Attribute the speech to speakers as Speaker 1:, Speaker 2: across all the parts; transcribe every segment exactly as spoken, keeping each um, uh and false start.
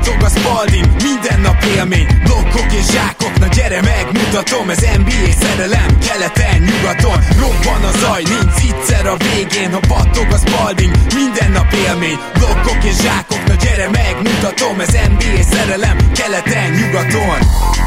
Speaker 1: battog a Spalding, minden nap élmény, blokkok és zsákok, na gyere megmutatom, ez en bé á szerelem, keleten, nyugaton, robban a zaj, nincs egyszer a végén, ha battog a Spalding, minden nap élmény, blokkok és zsákok, na gyere megmutatom, ez en bé á szerelem, keleten, nyugaton.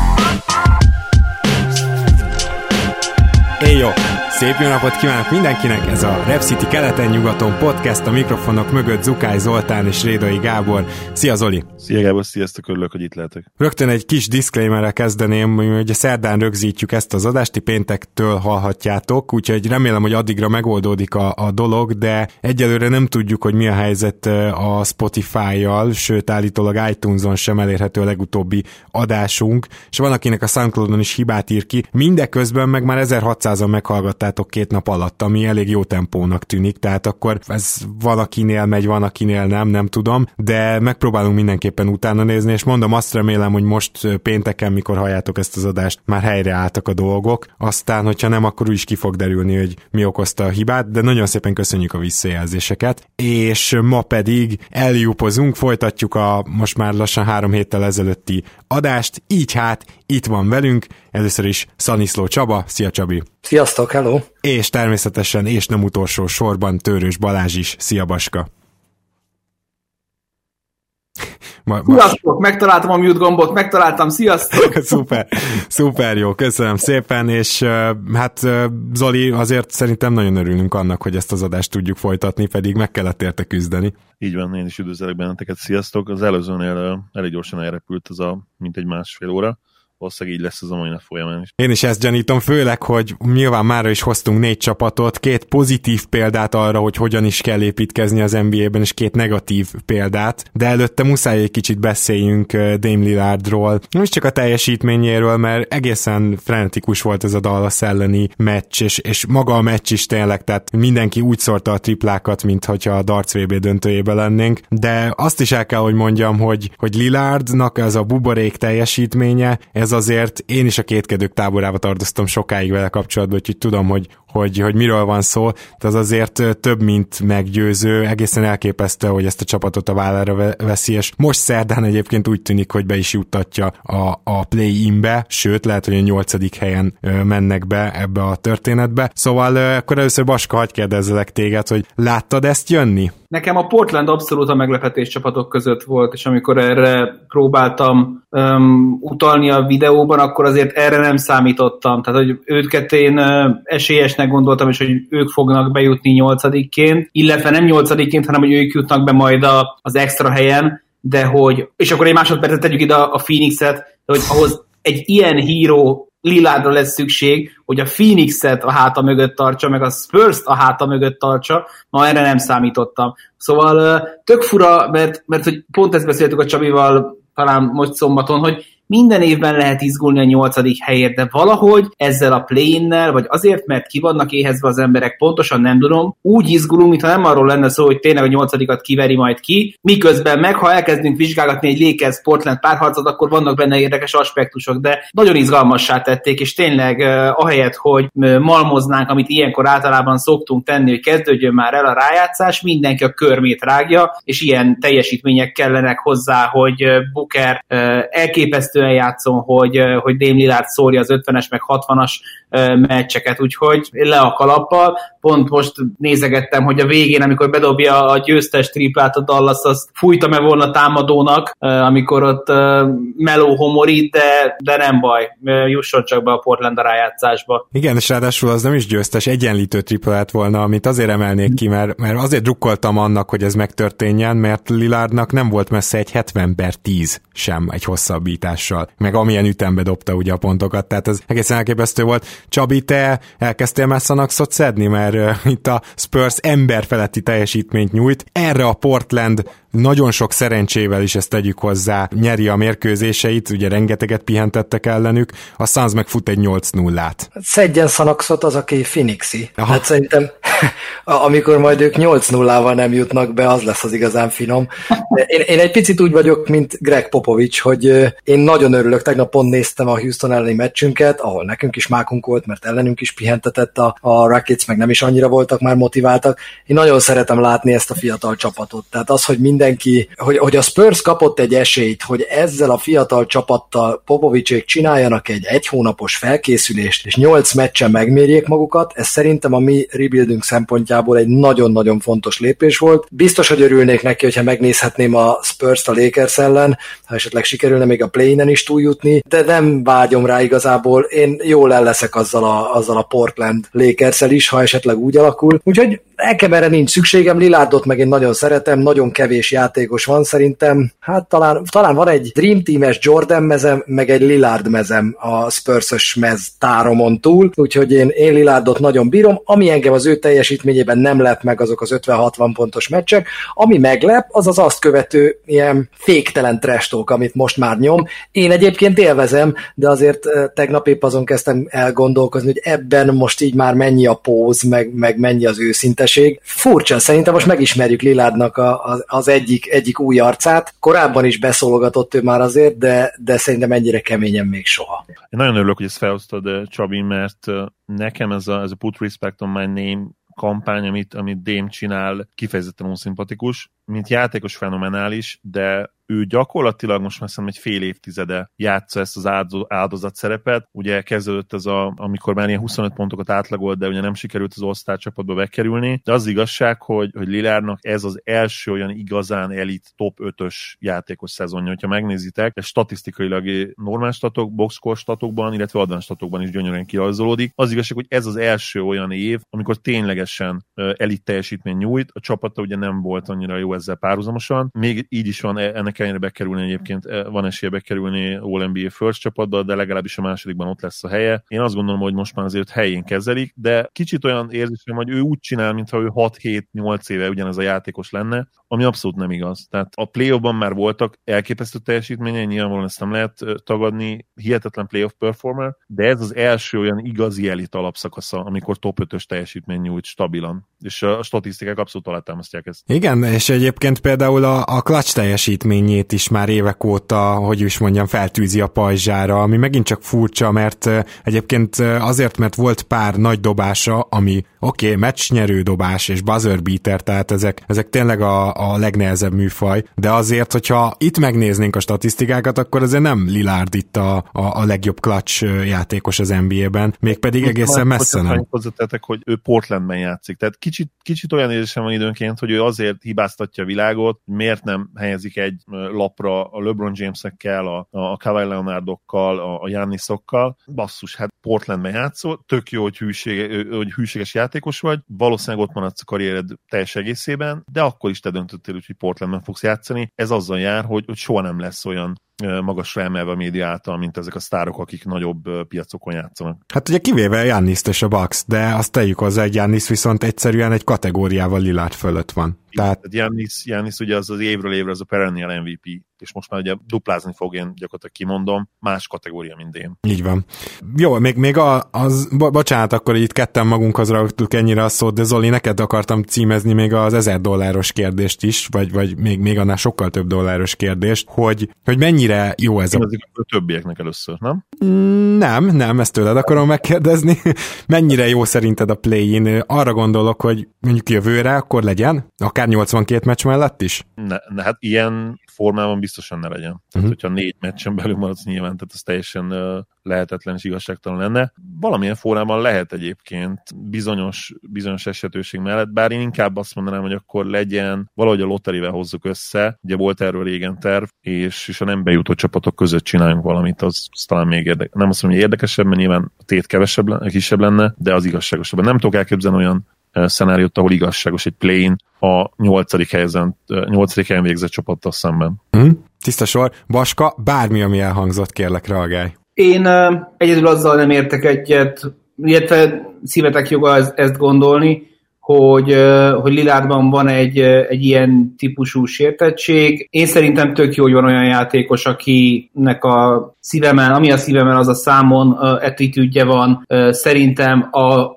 Speaker 2: Éj jó! Szép jó napot kívánok mindenkinek! Ez a Rep City keleten-nyugaton podcast, a mikrofonok mögött Zukály Zoltán és Rédai Gábor. Szia Zoli!
Speaker 3: Szia Gábor, sziasztok, örülök, hogy itt lehetek.
Speaker 2: Rögtön egy kis disclaimerrel kezdeném, hogy szerdán rögzítjük ezt az adást, ti péntektől hallhatjátok, úgyhogy remélem, hogy addigra megoldódik a, a dolog, de egyelőre nem tudjuk, hogy mi a helyzet a Spotify-jal, sőt állítólag iTunes-on sem elérhető a legutóbbi adásunk, és van, akinek a SoundCloud-on is hibát ír ki, mindeközben meg már ezerhatszázan meghallgattátok két nap alatt, ami elég jó tempónak tűnik, tehát akkor ez van, akinél megy, van, akinél nem, nem tudom, de megpróbálunk mindenképpen utána nézni, és mondom, azt remélem, hogy most pénteken, mikor halljátok ezt az adást, már helyreálltak a dolgok, aztán, hogyha nem, akkor úgy is ki fog derülni, hogy mi okozta a hibát, de nagyon szépen köszönjük a visszajelzéseket, és ma pedig eljúpozunk, folytatjuk a most már lassan három héttel ezelőtti adást, így hát itt van velünk, először is Szaniszló Csaba, szia Csabi!
Speaker 4: Sziasztok, hello! És
Speaker 2: természetesen, és nem utolsó sorban Törős Balázs is, szia Baska!
Speaker 5: Ma, sziasztok, megtaláltam a mute gombot, megtaláltam, sziasztok!
Speaker 2: szuper, szuper jó, köszönöm szépen, és uh, hát uh, Zoli, azért szerintem nagyon örülünk annak, hogy ezt az adást tudjuk folytatni, pedig meg kellett érte küzdeni.
Speaker 3: Így van, én is üdvözlök benneteket, sziasztok! Az előzőnél elég gyorsan elrepült az a mintegy másfél óra, valószínűleg így lesz az a mai nap folyamán is.
Speaker 2: Én is ezt gyanítom, főleg, hogy nyilván mára is hoztunk négy csapatot, két pozitív példát arra, hogy hogyan is kell építkezni az en bé á-ben, és két negatív példát, de előtte muszáj egy kicsit beszéljünk Dame Lillardról, nem is csak a teljesítményéről, mert egészen frenetikus volt ez a Dallas elleni meccs, és, és maga a meccs is tényleg, tehát mindenki úgy szórta a triplákat, mint hogyha a darts vé bé döntőjében lennénk, de azt is el kell, hogy mondjam, hogy, hogy Lillardnak ez a buborék teljesítménye, ez azért én is a kétkedők táborába tartoztam sokáig vele kapcsolatban, úgyhogy tudom, hogy, hogy, hogy miről van szó, de az azért több, mint meggyőző, egészen elképesztő, hogy ezt a csapatot a vállára veszi, és most szerdán egyébként úgy tűnik, hogy be is juttatja a, a play-inbe, sőt, lehet, hogy a nyolcadik helyen mennek be ebbe a történetbe. Szóval akkor először Baska, hadd kérdezzelek téged, hogy láttad ezt jönni?
Speaker 5: Nekem a Portland abszolút a meglepetés csapatok között volt, és amikor erre próbáltam um, utalni a videóban, akkor azért erre nem számítottam. Tehát, hogy őket én uh, esélyesnek gondoltam, és hogy ők fognak bejutni nyolcadikként, illetve nem nyolcadikként, hanem hogy ők jutnak be majd a, az extra helyen, de hogy, és akkor egy másodpercet tegyük ide a, a Phoenixet, hogy ahhoz egy ilyen híró Lillardra lesz szükség, hogy a Phoenixet a háta mögött tartsa, meg a Spurs-t a háta mögött tartsa, ma erre nem számítottam. Szóval tök fura, mert, mert hogy pont ezt beszéltük a Csabival talán most szombaton, hogy minden évben lehet izgulni a nyolcadik helyért, de valahogy ezzel a play-innel, vagy azért, mert ki vannak éhezve az emberek, pontosan nem tudom, úgy izgulunk, mintha nem arról lenne szó, hogy tényleg a nyolcadikat kiveri majd ki, miközben meg, ha elkezdünk vizsgálgatni egy Lakers Portland párharcot, akkor vannak benne érdekes aspektusok, de nagyon izgalmassá tették, és tényleg uh, ahelyett, hogy uh, malmoznánk, amit ilyenkor általában szoktunk tenni, hogy kezdődjön már el a rájátszás, mindenki a körmét rágja, és ilyen teljesítmények kellenek hozzá, hogy uh, Booker uh, elképesztő játszom, hogy, hogy Dame Lillard szórja az ötvenes meg hatvanas meccseket, úgyhogy le a kalappal. Pont most nézegettem, hogy a végén, amikor bedobja a győztes triplát a Dallas, azt fújtam-e volna támadónak, amikor ott meló homorít, de, de nem baj, jusson csak be a Portland a rájátszásba.
Speaker 2: Igen, és ráadásul az nem is győztes, egyenlítő triplát volna, amit azért emelnék ki, mert, mert azért drukkoltam annak, hogy ez megtörténjen, mert Lillardnak nem volt messze egy hetven per tíz sem egy hosszabbítással, meg amilyen ütembe dobta ugye a pontokat, tehát ez egészen elképesztő volt. Csabi, te elkezdtél már szanakszot szedni, mert uh, itt a Spurs emberfeletti teljesítményt nyújt. Erre a Portland nagyon sok szerencsével is, ezt tegyük hozzá, nyeri a mérkőzéseit, ugye rengeteget pihentettek ellenük, a Suns meg fut egy nyolc nullát.
Speaker 4: Szedjen szanakszot az, aki Phoenixi. Hát szerintem amikor majd ők nyolc nullával nem jutnak be, az lesz az igazán finom. Én, én egy picit úgy vagyok, mint Greg Popovich, hogy én nagyon örülök, tegnap pont néztem a Houston elleni meccsünket, ahol nekünk is mákunk volt, mert ellenünk is pihentetett a, a Rockets, meg nem is annyira voltak már motiváltak. Én nagyon szeretem látni ezt a fiatal csapatot. Tehát az, hogy mindenki, hogy, hogy a Spurs kapott egy esélyt, hogy ezzel a fiatal csapattal Popovicsék csináljanak egy egy hónapos felkészülést, és nyolc meccsen megmérjék magukat, ez szerintem a mi rebuilding szempontjából egy nagyon-nagyon fontos lépés volt. Biztos, hogy örülnék neki, hogyha megnézhetném a Spurs-t a Lakers ellen, ha esetleg sikerülne még a play-in is túljutni, de nem vágyom rá igazából. Én jól el leszek azzal a, azzal a Portland Lakers-el is, ha esetleg úgy alakul. Úgyhogy nekem erre nincs szükségem, Lillardot meg én nagyon szeretem, nagyon kevés játékos van szerintem. Hát talán, talán van egy Dream Team-es Jordan mezem, meg egy Lillard mezem a Spurs-ös mez táromon túl, úgyhogy én, én Lillardot nagyon bírom. Ami engem az ő teljesítményében nem lep meg, azok az ötven-hatvan pontos meccsek. Ami meglep, az az azt követő ilyen féktelen trash talk, amit most már nyom. Én egyébként élvezem, de azért tegnap épp azon kezdtem elgondolkozni, hogy ebben most így már mennyi a póz, meg, meg mennyi az őszinteség. Furcsa, szerintem most megismerjük Lillardnak a, a, az egyik, egyik új arcát. Korábban is beszólogatott ő már azért, de, de szerintem ennyire keményen még soha.
Speaker 3: Én nagyon örülök, hogy ezt felhoztad, Csabi, mert nekem ez a, ez a Put Respect on My Name kampány, amit, amit Dame csinál, kifejezetten unszimpatikus, mint játékos fenomenális, de ő gyakorlatilag most már szerintem egy fél évtizede játsza ezt az áldozat szerepet. Ugye kezdődött ez a, amikor már ilyen huszonöt pontokat átlagolt, de ugye nem sikerült az All-Star csapatba bekerülni. De az igazság, hogy, hogy Lillardnak ez az első olyan igazán elit top ötös játékos szezonja, hogyha megnézitek, ez statisztikailag normál statok, boxscore statokban, illetve advanced statokban is gyönyörűen kirajzolódik. Az igazság, hogy ez az első olyan év, amikor ténylegesen elit teljesítmény nyújt. A csapata ugye nem volt annyira jó ezzel párhuzamosan. Még így is van ennek ennyire bekerülni egyébként, van esélye bekerülni All-en bé á First csapatba, de legalábbis a másodikban ott lesz a helye. Én azt gondolom, hogy most már azért helyén kezelik, de kicsit olyan érzésem, hogy ő úgy csinál, mintha ő hat-hét-nyolc éve ugyanez a játékos lenne, ami abszolút nem igaz. Tehát a play-offban már voltak elképesztő teljesítményei, nyilvánvalóan ezt nem lehet tagadni, hihetetlen playoff performer, de ez az első olyan igazi elit alapszakasza, amikor top ötös teljesítmény nyújt stabilan. És a statisztikák abszolút alátámasztják ezt.
Speaker 2: Igen, és egyébként például a, a clutch teljesítményét is már évek óta, hogy is mondjam, feltűzi a pajzsára, ami megint csak furcsa, mert egyébként azért, mert volt pár nagy dobása, ami oké, okay, meccsnyerő dobás és buzzer beater, tehát ezek, ezek tényleg a, a legnehezebb műfaj, de azért, hogyha itt megnéznénk a statisztikákat, akkor azért nem Lillard itt a, a, a legjobb clutch játékos az en bé á-ben, mégpedig most egészen messze nem.
Speaker 3: Hozzátettek, hogy ő Portlandben játszik, tehát kicsit, kicsit olyan érzésem van időnként, hogy ő azért hibáztatja a világot, miért nem helyezik egy lapra a LeBron Jamesekkel, a, a Kawhi Leonardokkal, a, a Giannisokkal. Basszus, hát Portlandben játszol, tök jó, hogy, hűség, hogy hűséges játékos vagy, valószínűleg ott maradsz a karriered teljes egészében, de akkor is te döntöttél úgy, hogy Portlandben fogsz játszani. Ez azzal jár, hogy, hogy soha nem lesz olyan magasra emelve a média által, mint ezek a sztárok, akik nagyobb piacokon játszanak.
Speaker 2: Hát ugye kivéve Gianniszt és a Bucks, de azt tegyük hozzá, hogy Giannis viszont egyszerűen egy kategóriával Lillard fölött van.
Speaker 3: Tehát Giannis, Giannis ugye az az évről évre az a perennial em vé pé, és most már ugye duplázni fog, én gyakorlatilag kimondom, más kategória, mint én.
Speaker 2: Így van. Jó, még, még a, az, bo- bocsánat, akkor itt ketten magunkhoz raktuk ennyire a szót, de Zoli, neked akartam címezni még az ezer dolláros kérdést is, vagy, vagy még, még annál sokkal több dolláros kérdést, hogy, hogy mennyire jó ez a...
Speaker 3: Ezek a többieknek először, nem?
Speaker 2: Nem, nem, ezt tőled akarom megkérdezni. Mennyire jó szerinted a play-in? Arra gondolok, hogy mondjuk jövőre akkor legyen? Akár nyolcvankét meccs mellett is?
Speaker 3: Ne, ne, hát ilyen formában biztosan ne legyen. Tehát, uh-huh. hogyha négy meccsen belül maradsz nyilván, tehát ez teljesen uh, lehetetlen és igazságtalan lenne. Valamilyen formában lehet egyébként bizonyos, bizonyos esetőség mellett, bár én inkább azt mondanám, hogy akkor legyen, valahogy a lotterivel hozzuk össze, ugye volt erről régen terv, és, és a nem bejutó csapatok között csináljunk valamit, az, az talán még érdekes. Nem azt mondom, hogy érdekesebb, mert nyilván a tét kevesebb lenne, kisebb lenne, de az igazságosabb. Nem tudok elképzelni olyan szenáriót, ahol igazságos egy play-in a nyolcadik helyen, nyolcadik helyen végzett csapattal szemben.
Speaker 2: Mm, tiszta sor. Baska, bármi, ami elhangzott, kérlek, reagálj.
Speaker 5: Én uh, egyedül azzal nem értek egyet, illetve szívetek joga ezt, ezt gondolni, hogy, uh, hogy Lillardban van egy, egy ilyen típusú sértettség. Én szerintem tök jó, hogy van olyan játékos, akinek a szívemen, ami a szívemen, az a számon uh, attitűdje van. Uh, szerintem a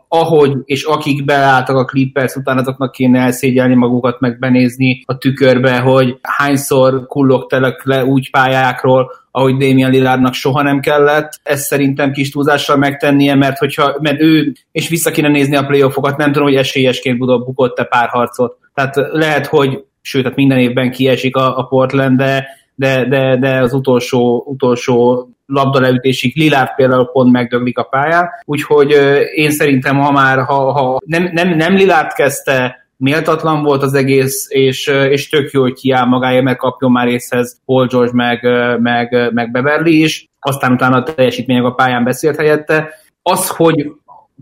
Speaker 5: ahogy és akik beálltak a Clippers után, azoknak kéne elszégyelni magukat, meg benézni a tükörbe, hogy hányszor kullogtak le úgy pályákról, ahogy Damian Lillardnak soha nem kellett. Ezt szerintem kis túlzással megtennie, mert, hogyha, mert ő, és vissza kéne nézni a playoffokat, nem tudom, hogy esélyesként bukott-e pár harcot. Tehát lehet, hogy, sőt, tehát minden évben kiesik a, a Portland, de, de, de, de az utolsó, utolsó labdaleütésig Lillard például pont megdöglik a pályán. Úgyhogy én szerintem, ha már ha, ha nem, nem, nem Lillard kezdte, méltatlan volt az egész, és, és tök jó, hogy kiáll magáért, mert kapjon már részhez Paul George meg, meg, meg Beverly is, aztán utána a teljesítmények a pályán beszélt helyette. Az, hogy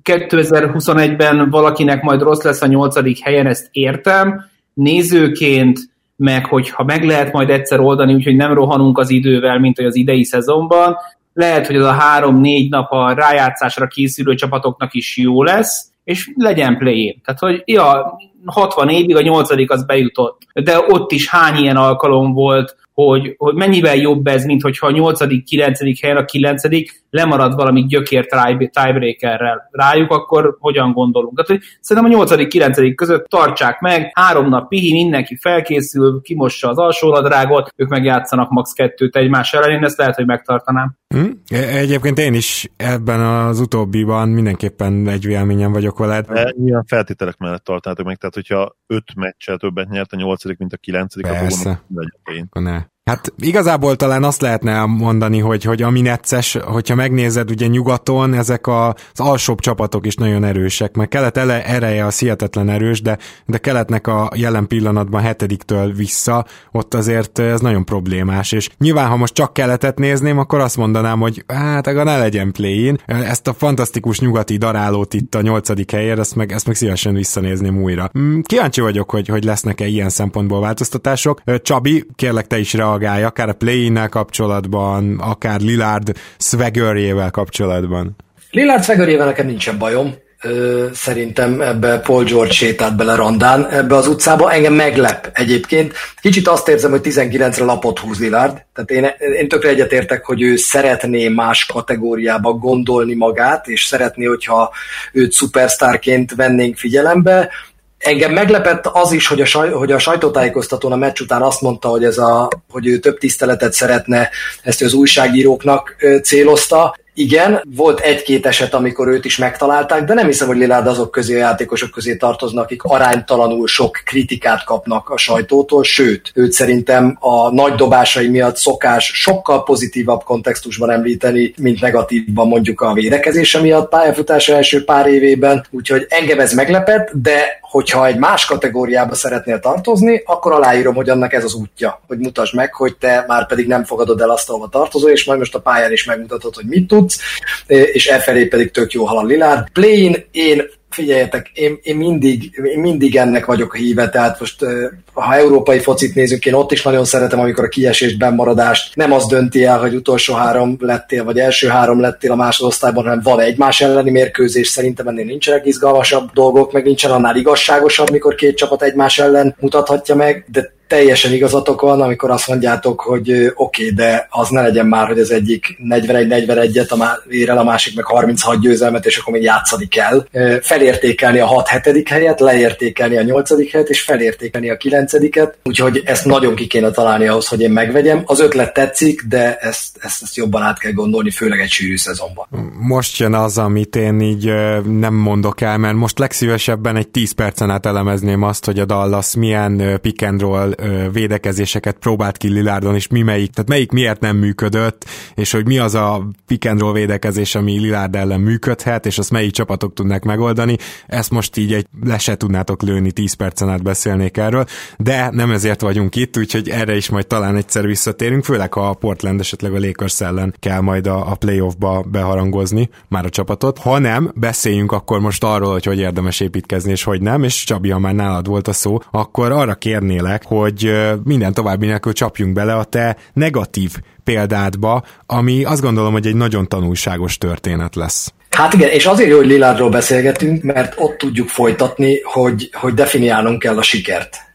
Speaker 5: kétezer-huszonegyben valakinek majd rossz lesz a nyolcadik helyen, ezt értem, nézőként, meg hogyha meg lehet majd egyszer oldani, úgyhogy nem rohanunk az idővel, mint hogy az idei szezonban, lehet, hogy az a három-négy nap a rájátszásra készülő csapatoknak is jó lesz, és legyen play-in. Tehát, hogy ja, hatvan évig a nyolcadik az bejutott. De ott is hány ilyen alkalom volt, hogy, hogy mennyivel jobb ez, mint hogyha a nyolcadik, kilencedik helyen a kilencedik lemarad valami gyökér tiebreakerrel rájuk, akkor hogyan gondolunk. Tehát, hogy szerintem a nyolcadik, kilencedik között tartsák meg, három nap pihi, mindenki felkészül, kimossa az alsóladrágot, ők megjátszanak max. kettőt egymás ellen, én ezt lehet, hogy megtartanám.
Speaker 2: Hmm. Egyébként én is ebben az utóbbiban mindenképpen egy véleményen vagyok veled.
Speaker 3: De ilyen feltételek mellett tartátok meg, tehát hogyha öt meccsel többet nyert a nyolcadik, mint a kilencedik,
Speaker 2: persze.
Speaker 3: Akkor legyen
Speaker 2: ne. Hát igazából talán azt lehetne mondani, hogy, hogy ami necces, hogyha megnézed ugye nyugaton, ezek a, az alsóbb csapatok is nagyon erősek, mert kelet ele, ereje az hihetetlen erős, de, de keletnek a jelen pillanatban hetediktől vissza, ott azért ez nagyon problémás, és nyilván, ha most csak keletet nézném, akkor azt mondanám, hogy hát aga ne legyen play-in, ezt a fantasztikus nyugati darálót itt a nyolcadik helyért, ezt meg, ezt meg szívesen visszanézném újra. Kíváncsi vagyok, hogy, hogy lesznek-e ilyen szempontból változtatások. Csabi, kérlek te is reagálj, akár a play-innel kapcsolatban, akár Lillard swaggerjével kapcsolatban.
Speaker 4: Lillard swaggerjével nekem nincsen bajom. Ö, szerintem ebbe Paul George sétált bele randán ebbe az utcába. Engem meglep egyébként. Kicsit azt érzem, hogy tizenkilencre lapot húz Lillard. Tehát én, én tökre egyetértek, hogy ő szeretné más kategóriába gondolni magát, és szeretné, hogyha őt szupersztárként vennénk figyelembe. Engem meglepett az is, hogy a, saj, hogy a sajtótájékoztatón a meccs után azt mondta, hogy, ez a, hogy ő több tiszteletet szeretne, ezt az újságíróknak célozta. Igen, volt egy-két eset, amikor őt is megtalálták, de nem hiszem, hogy Lillard azok közé, a játékosok közé tartoznak, akik aránytalanul sok kritikát kapnak a sajtótól, sőt, őt szerintem a nagy dobásai miatt szokás sokkal pozitívabb kontextusban említeni, mint negatívban mondjuk a védekezése miatt pályafutása első pár évében, úgyhogy engem ez meglepett, de hogyha egy más kategóriába szeretnél tartozni, akkor aláírom, hogy annak ez az útja, hogy mutasd meg, hogy te már pedig nem fogadod el azt, ahova tartozol, és majd most a pályán is megmutatod, hogy mit tudsz, és elfelé pedig tök jó halad Lillard. Play-in, én figyeljetek, én, én, mindig, én mindig ennek vagyok a híve, tehát most ha európai focit nézünk, én ott is nagyon szeretem, amikor a kiesést, bennmaradást nem az dönti el, hogy utolsó három lettél, vagy első három lettél a másodosztályban, hanem van egymás elleni mérkőzés, szerintem ennél nincsenek izgalmasabb dolgok, meg nincsen annál igazságosabb, mikor két csapat egymás ellen mutathatja meg, de teljesen igazatok van, amikor azt mondjátok, hogy oké, okay, de az ne legyen már, hogy az egyik negyvenegy negyvenegyet ér el, a másik meg harminchat győzelmet, és akkor még játszani kell. Felértékelni a hat-hetedik helyet, leértékelni a nyolcadik helyet, és felértékelni a kilencediket. Úgyhogy ezt nagyon ki kéne találni ahhoz, hogy én megvegyem. Az ötlet tetszik, de ezt, ezt, ezt jobban át kell gondolni, főleg egy sűrű szezonban.
Speaker 2: Most jön az, amit én így nem mondok el, mert most legszívesebben egy tíz percen át elemezném azt, hogy a Dallas milyen pick and roll védekezéseket próbált ki Lillardon, és mi melyik, tehát melyik miért nem működött, és hogy mi az a pick and roll védekezés, ami Lillard ellen működhet, és azt melyik csapatok tudnak megoldani. Ezt most így egy le se tudnátok lőni, tíz percen át beszélnék erről, de nem ezért vagyunk itt, úgyhogy erre is majd talán egyszer visszatérünk, főleg ha a Portland esetleg a Lakers ellen kell majd a, a playoffba beharangozni már a csapatot. Ha nem, beszéljünk akkor most arról, hogy hogy érdemes építkezni, és hogy nem, és Csabi, ha már nálad volt a szó, akkor arra kérnélek, hogy hogy minden további nélkül csapjunk bele a te negatív példádba, ami azt gondolom, hogy egy nagyon tanulságos történet lesz.
Speaker 4: Hát igen, és azért jó, hogy Lillardról beszélgetünk, mert ott tudjuk folytatni, hogy, hogy definiálnunk kell a sikert.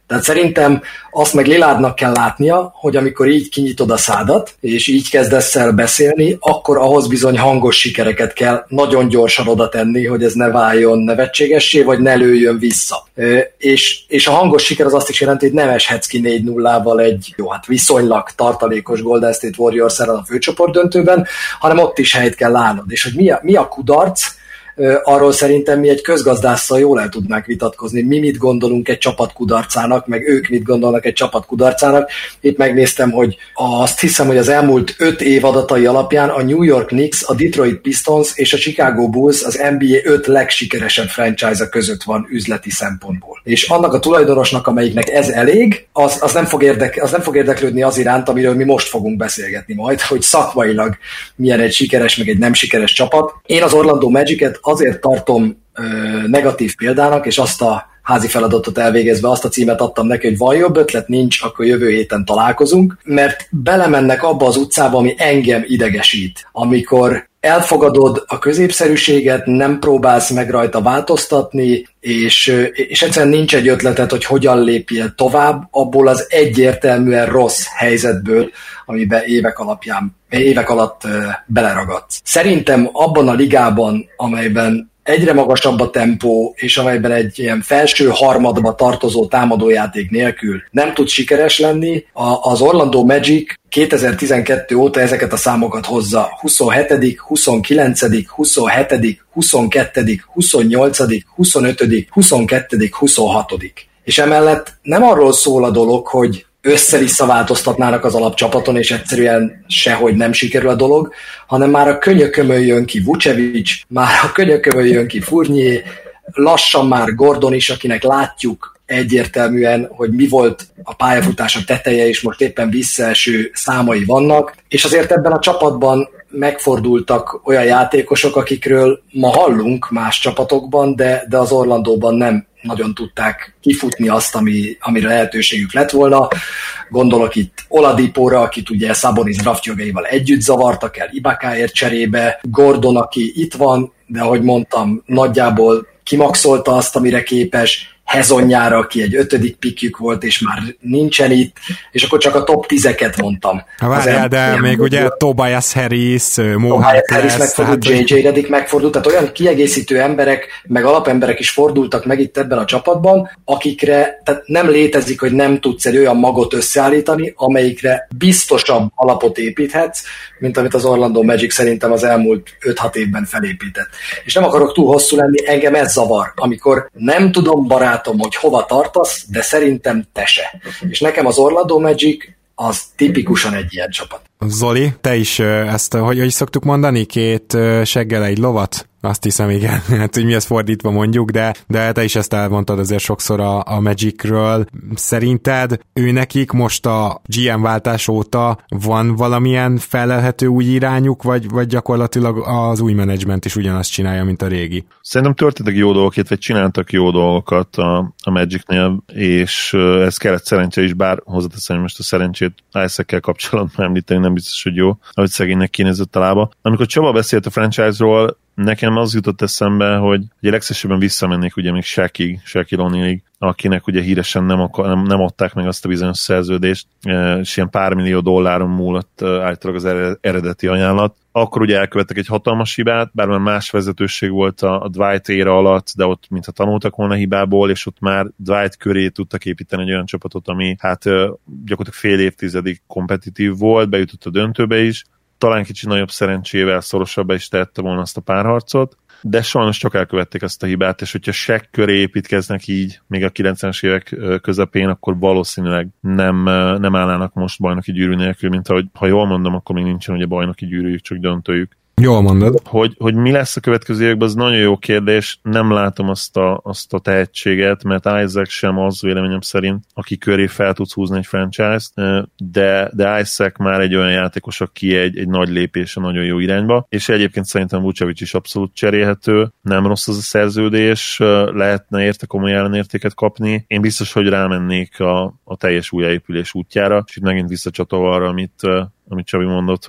Speaker 4: Tehát szerintem azt meg Lillardnak kell látnia, hogy amikor így kinyitod a szádat, és így kezdesz el beszélni, akkor ahhoz bizony hangos sikereket kell nagyon gyorsan oda tenni, hogy ez ne váljon nevetségessé, vagy ne lőjön vissza. És, és a hangos siker az azt is jelenti, hogy nem eshetsz ki négy nullával egy jó, hát viszonylag tartalékos Golden State Warriors ellen a főcsoport döntőben, hanem ott is helyt kell állnod. És hogy mi a, mi a kudarc, arról szerintem mi egy közgazdásszal jól el tudnánk vitatkozni. Mi mit gondolunk egy csapat kudarcának, meg ők mit gondolnak egy csapat kudarcának. Itt megnéztem, hogy azt hiszem, hogy az elmúlt öt év adatai alapján a New York Knicks, a Detroit Pistons és a Chicago Bulls az en bé á öt legsikeresebb franchise-a között van üzleti szempontból. És annak a tulajdonosnak, amelyiknek ez elég, az, az, nem fog érdek, az nem fog érdeklődni az iránt, amiről mi most fogunk beszélgetni majd, hogy szakmailag milyen egy sikeres, meg egy nem sikeres csapat. Én az Orlando Magicet azért tartom ö, negatív példának, és azt a házi feladatot elvégezve azt a címet adtam neki, hogy van jobb ötlet, nincs, akkor jövő héten találkozunk, mert belemennek abba az utcába, ami engem idegesít. Amikor elfogadod a középszerűséget, nem próbálsz meg rajta változtatni, és, és egyszerűen nincs egy ötleted, hogy hogyan lépjél tovább abból az egyértelműen rossz helyzetből, amiben évek alapján, évek alatt beleragadsz. Szerintem abban a ligában, amelyben egyre magasabb a tempó, és amelyben egy ilyen felső harmadba tartozó támadójáték nélkül nem tud sikeres lenni, az Orlando Magic kétezer-tizenkettő óta ezeket a számokat hozza. huszonhetedik, huszonkilencedik, huszonhetedik, huszonkettő, huszonnyolcadik, huszonötödik, huszonkettő, huszonhatodik És emellett nem arról szól a dolog, hogy össze-vissza változtatnának az alapcsapaton, és egyszerűen sehogy nem sikerül a dolog, hanem már a könyökömön jön ki Vucevic, már a könyökömön jön ki Fournier, lassan már Gordon is, akinek látjuk egyértelműen, hogy mi volt a pályafutása teteje, és most éppen visszaeső számai vannak, és azért ebben a csapatban megfordultak olyan játékosok, akikről ma hallunk más csapatokban, de, de az Orlandóban nem nagyon tudták kifutni azt, ami, amire lehetőségük lett volna. Gondolok itt Oladipóra, akit ugye Sabonis draftjogaival együtt zavartak el Ibakáért cserébe, Gordon, aki itt van, de ahogy mondtam, nagyjából kimaxolta azt, amire képes, Hezonjára, aki egy ötödik pikjük volt, és már nincsen itt, és akkor csak a top tízeket mondtam.
Speaker 2: Várjál, de még ugye volt. Tobias Harris, Mo
Speaker 4: Harris megfordult, jé jé Redick megfordult, tehát olyan kiegészítő emberek, meg alapemberek is fordultak meg itt ebben a csapatban, akikre tehát nem létezik, hogy nem tudsz egy olyan magot összeállítani, amelyikre biztosabb alapot építhetsz, mint amit az Orlando Magic szerintem az elmúlt öt-hat évben felépített. És nem akarok túl hosszú lenni, engem ez zavar, amikor nem tudom, barátom, hogy hova tartasz, de szerintem te se. És nekem az Orlando Magic az tipikusan egy ilyen csapat.
Speaker 2: Zoli, te is ezt, hogy, hogy szoktuk mondani, két seggel egy lovat? Azt hiszem, igen, hát hogy mi ezt fordítva mondjuk, de, de te is ezt elmondtad azért sokszor a, a Magicről. Szerinted ő nekik most a gé em váltás óta van valamilyen felelhető új irányuk, vagy, vagy gyakorlatilag az új menedzsment is ugyanazt csinálja, mint a régi?
Speaker 3: Szerintem történtek jó dolgok, vagy csináltak jó dolgokat a, a Magicnél, és ez kellett szerencse is, bár hozzáteszem, hogy most a szerencsét Isaac-kel kapcsolatban említeni nem biztos, hogy jó, ahogy szegénynek kinézett a lába. Amikor Csaba beszélt a franchise-ról, nekem az jutott eszembe, hogy ugye legszívesebben visszamennék ugye még Shaqig, Shaquille O'Nealig, akinek ugye híresen nem, akar, nem, nem adták meg azt a bizonyos szerződést, és ilyen pár millió dolláron múlott általában az eredeti ajánlat. Akkor ugye elkövettek egy hatalmas hibát, bár már más vezetőség volt a, a Dwight éra alatt, de ott mintha tanultak volna hibából, és ott már Dwight köré tudtak építeni egy olyan csapatot, ami hát gyakorlatilag fél évtizedig kompetitív volt, bejutott a döntőbe is, talán kicsit nagyobb szerencsével szorosabbá is tette volna azt a párharcot, de sajnos csak elkövették ezt a hibát, és hogyha Shaq köré építkeznek így, még a kilencvenes évek közepén, akkor valószínűleg nem, nem állnának most bajnoki gyűrű nélkül, mint ahogy, ha jól mondom, akkor még nincsen ugye bajnoki gyűrűjük, csak döntőjük.
Speaker 2: Jól mondod.
Speaker 3: Hogy, hogy mi lesz a következő években, az nagyon jó kérdés. Nem látom azt a, azt a tehetséget, mert Isaac sem az véleményem szerint, aki köré fel tudsz húzni egy franchise-t, de, de Isaac már egy olyan játékos, aki egy, egy nagy lépés a nagyon jó irányba, és egyébként szerintem Vucevic is abszolút cserélhető, nem rossz az a szerződés, lehetne érte komoly ellenértéket kapni. Én biztos, hogy rámennék a, a teljes újjáépülés útjára, és itt megint visszacsatolva arra, amit, amit Csabi mondott, hogy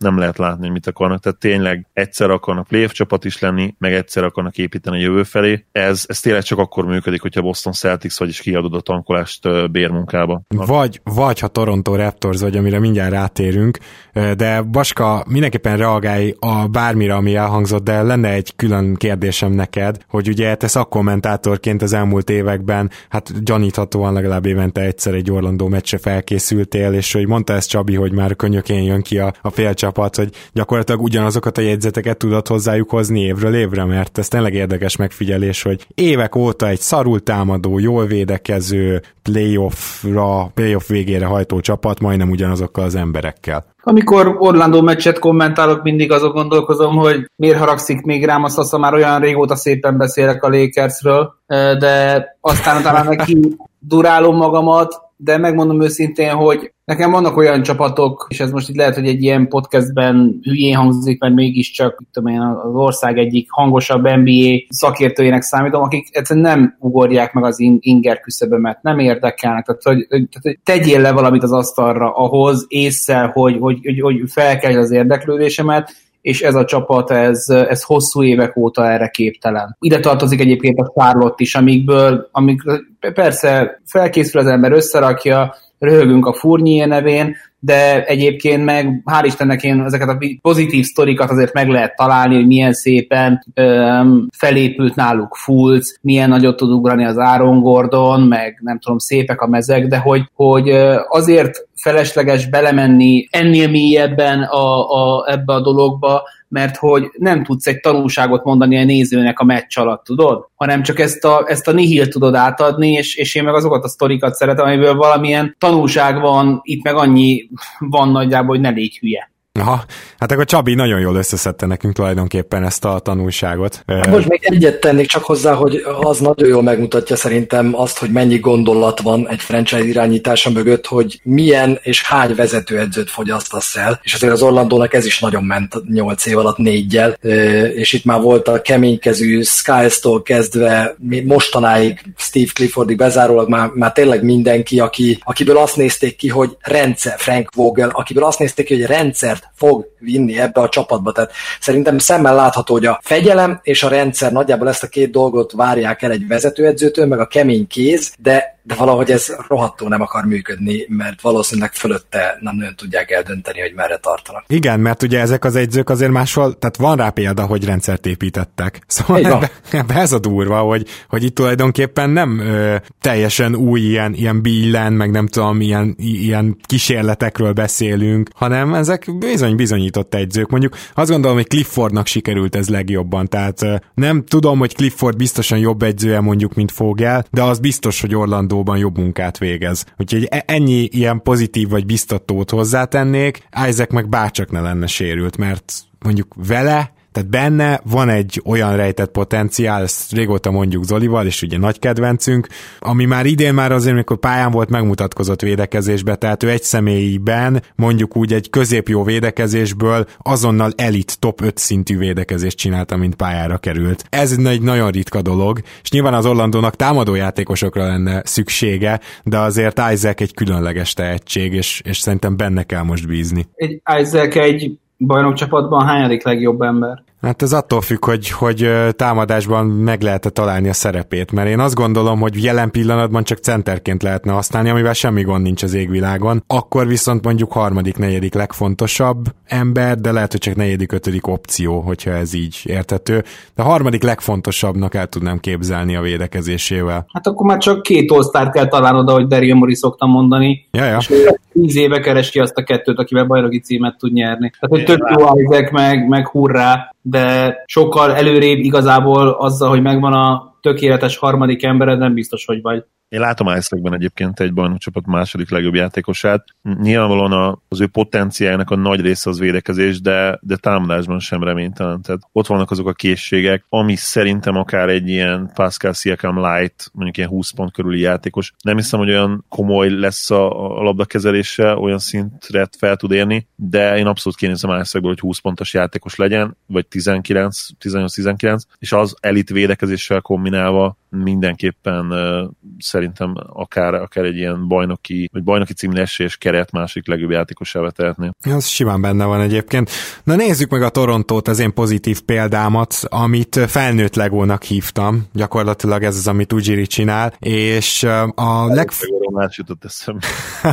Speaker 3: nem lehet látni, mit akarnak. Tehát tényleg egyszer akarnak playoff csapat is lenni, meg egyszer akarnak építeni a jövő felé. Ez, ez tényleg csak akkor működik, hogyha Boston Celtics vagy is kiadod a tankolást bérmunkába.
Speaker 2: Vagy, vagy ha Toronto Raptors vagy, amire mindjárt rátérünk, de Baska, mindenképpen reagálj a bármire, ami elhangzott, de lenne egy külön kérdésem neked, hogy ugye te szakkommentátorként az elmúlt években, hát gyaníthatóan legalább évente egyszer egy Orlandó meccsre felkészültél, és hogy mondta ezt Csabi, hogy már könnyökén jön ki a, a félcsapat, hogy gyakorlatilag ugyanazokat a jegyzeteket tudod hozzájuk hozni évről évre, mert ez tényleg érdekes megfigyelés, hogy évek óta egy szarul támadó, jól védekező, playoffra, playoff végére hajtó csapat majdnem ugyanazokkal az emberekkel.
Speaker 5: Amikor Orlando meccset kommentálok, mindig azon gondolkozom, hogy miért haragszik még rám, azt hiszem, már olyan régóta szépen beszélek a Lakersről, de aztán talán neki durálom magamat, de megmondom őszintén, hogy nekem vannak olyan csapatok, és ez most itt lehet, hogy egy ilyen podcastben hülyén hangzik, mert mégiscsak tudom én, az ország egyik hangosabb en bé á szakértőjének számítom, akik egyszerűen nem ugorják meg az inger küszöbömet, nem érdekelnek. Tehát, hogy, hogy, hogy tegyél le valamit az asztalra ahhoz ésszel, hogy, hogy, hogy, hogy felkelj az érdeklődésemet, és ez a csapat, ez, ez hosszú évek óta erre képtelen. Ide tartozik egyébként a Charlotte is, amikből, amik persze felkészül az ember, összerakja, röhögünk a Fournier nevén, de egyébként meg hál' Istennek én ezeket a pozitív sztorikat azért meg lehet találni, hogy milyen szépen öm, felépült náluk Fultz, milyen nagyot tud ugrani az Aaron Gordon, meg nem tudom, szépek a mezek, de hogy, hogy azért felesleges belemenni ennél mélyebben a, a, ebbe a dologba, mert hogy nem tudsz egy tanulságot mondani a nézőnek a meccs alatt, tudod? Hanem csak ezt a, ezt a nihilt tudod átadni, és, és én meg azokat a sztorikat szeretem, amiből valamilyen tanulság van, itt meg annyi van nagyjából, hogy ne légy hülye.
Speaker 2: Aha, hát akkor Csabi nagyon jól összeszedte nekünk tulajdonképpen ezt a tanulságot.
Speaker 4: Most még egyet tennék csak hozzá, hogy az nagyon jól megmutatja szerintem azt, hogy mennyi gondolat van egy franchise irányítása mögött, hogy milyen és hány vezetőedzőt fogyasztasz el, és azért az Orlandónak ez is nagyon ment nyolc év alatt négyel, és itt már volt a keménykezű Skiles-tól kezdve mostanáig Steve Cliffordig bezárólag már, már tényleg mindenki, aki, akiből azt nézték ki, hogy rendszer, Frank Vogel, akiből azt nézték ki, hogy rendszert fog vinni ebbe a csapatba. Tehát szerintem szemmel látható, hogy a fegyelem és a rendszer nagyjából ezt a két dolgot várják el egy vezetőedzőtől, meg a kemény kéz, de de valahogy ez rohadtul nem akar működni, mert valószínűleg fölötte nem nagyon tudják eldönteni, hogy merre tartanak.
Speaker 2: Igen, mert ugye ezek az edzők azért máshol, tehát van rá példa, hogy rendszert építettek. Szóval ebbe, ebbe ez a durva, hogy, hogy itt tulajdonképpen nem ö, teljesen új ilyen, ilyen billen, meg nem tudom, ilyen, ilyen kísérletekről beszélünk, hanem ezek bizony bizonyított edzők. Mondjuk azt gondolom, hogy Cliffordnak sikerült ez legjobban, tehát ö, nem tudom, hogy Clifford biztosan jobb edzője mondjuk, mint Vogel, de az biztos, hogy Orlando jobb munkát végez. Úgyhogy ennyi ilyen pozitív vagy biztatót hozzátennék, Isaac meg bárcsak ne lenne sérült, mert mondjuk vele, tehát benne van egy olyan rejtett potenciál, ezt régóta mondjuk Zolival, és ugye nagy kedvencünk, ami már idén már azért, amikor pályán volt, megmutatkozott védekezésbe, tehát ő egy személyben mondjuk úgy egy középjó védekezésből azonnal elit top öt szintű védekezést csinálta, mint pályára került. Ez egy nagyon ritka dolog, és nyilván az Orlandónak támadójátékosokra lenne szüksége, de azért Isaac egy különleges tehetség, és, és szerintem benne kell most bízni.
Speaker 5: Egy Isaac egy bajnokcsapatban hányadik legjobb ember?
Speaker 2: Hát ez attól függ, hogy, hogy támadásban meg lehet-e találni a szerepét, mert én azt gondolom, hogy jelen pillanatban csak centerként lehetne használni, amivel semmi gond nincs az égvilágon, akkor viszont mondjuk harmadik, negyedik legfontosabb ember, de lehet, hogy csak negyedik, ötödik opció, hogyha ez így érthető. De a harmadik legfontosabbnak el tudnám képzelni a védekezésével.
Speaker 5: Hát akkor már csak két all-star kell találnod, ahogy Daryl Morey szoktam mondani.
Speaker 2: Jaja.
Speaker 5: És tíz éve keresi azt a kettőt, akivel bajnoki címet tud nyerni. Tehát, hogy tök jó Isaac, meg, meg hurrá, de sokkal előrébb igazából azzal, hogy megvan a tökéletes harmadik embered, nem biztos, hogy vagy.
Speaker 3: Én látom Isaacben egyébként egy bajnokcsapat második legjobb játékosát. Nyilvánvalóan az ő potenciálnak a nagy része az védekezés, de, de támadásban sem reménytelen. Tehát ott vannak azok a készségek, ami szerintem akár egy ilyen Pascal Siakam light, mondjuk ilyen húsz pont körüli játékos. Nem hiszem, hogy olyan komoly lesz a, a labdakezelése, olyan szintre fel tud érni, de én abszolút kinézem Isaacból, hogy húsz pontos játékos legyen, vagy tizenkilenc, tizennyolc tizenkilenc, és az elit védekezéssel kombinálva mindenképpen uh, szerintem akár, akár egy ilyen bajnoki, vagy bajnoki című esélyes keret másik legjobb játékosává tehetné.
Speaker 2: Az simán benne van egyébként. Na nézzük meg a Torontót, az én pozitív példámat, amit felnőtt legónak hívtam. Gyakorlatilag ez az, amit Ujiri csinál, és a leg...
Speaker 3: Más jutott eszembe.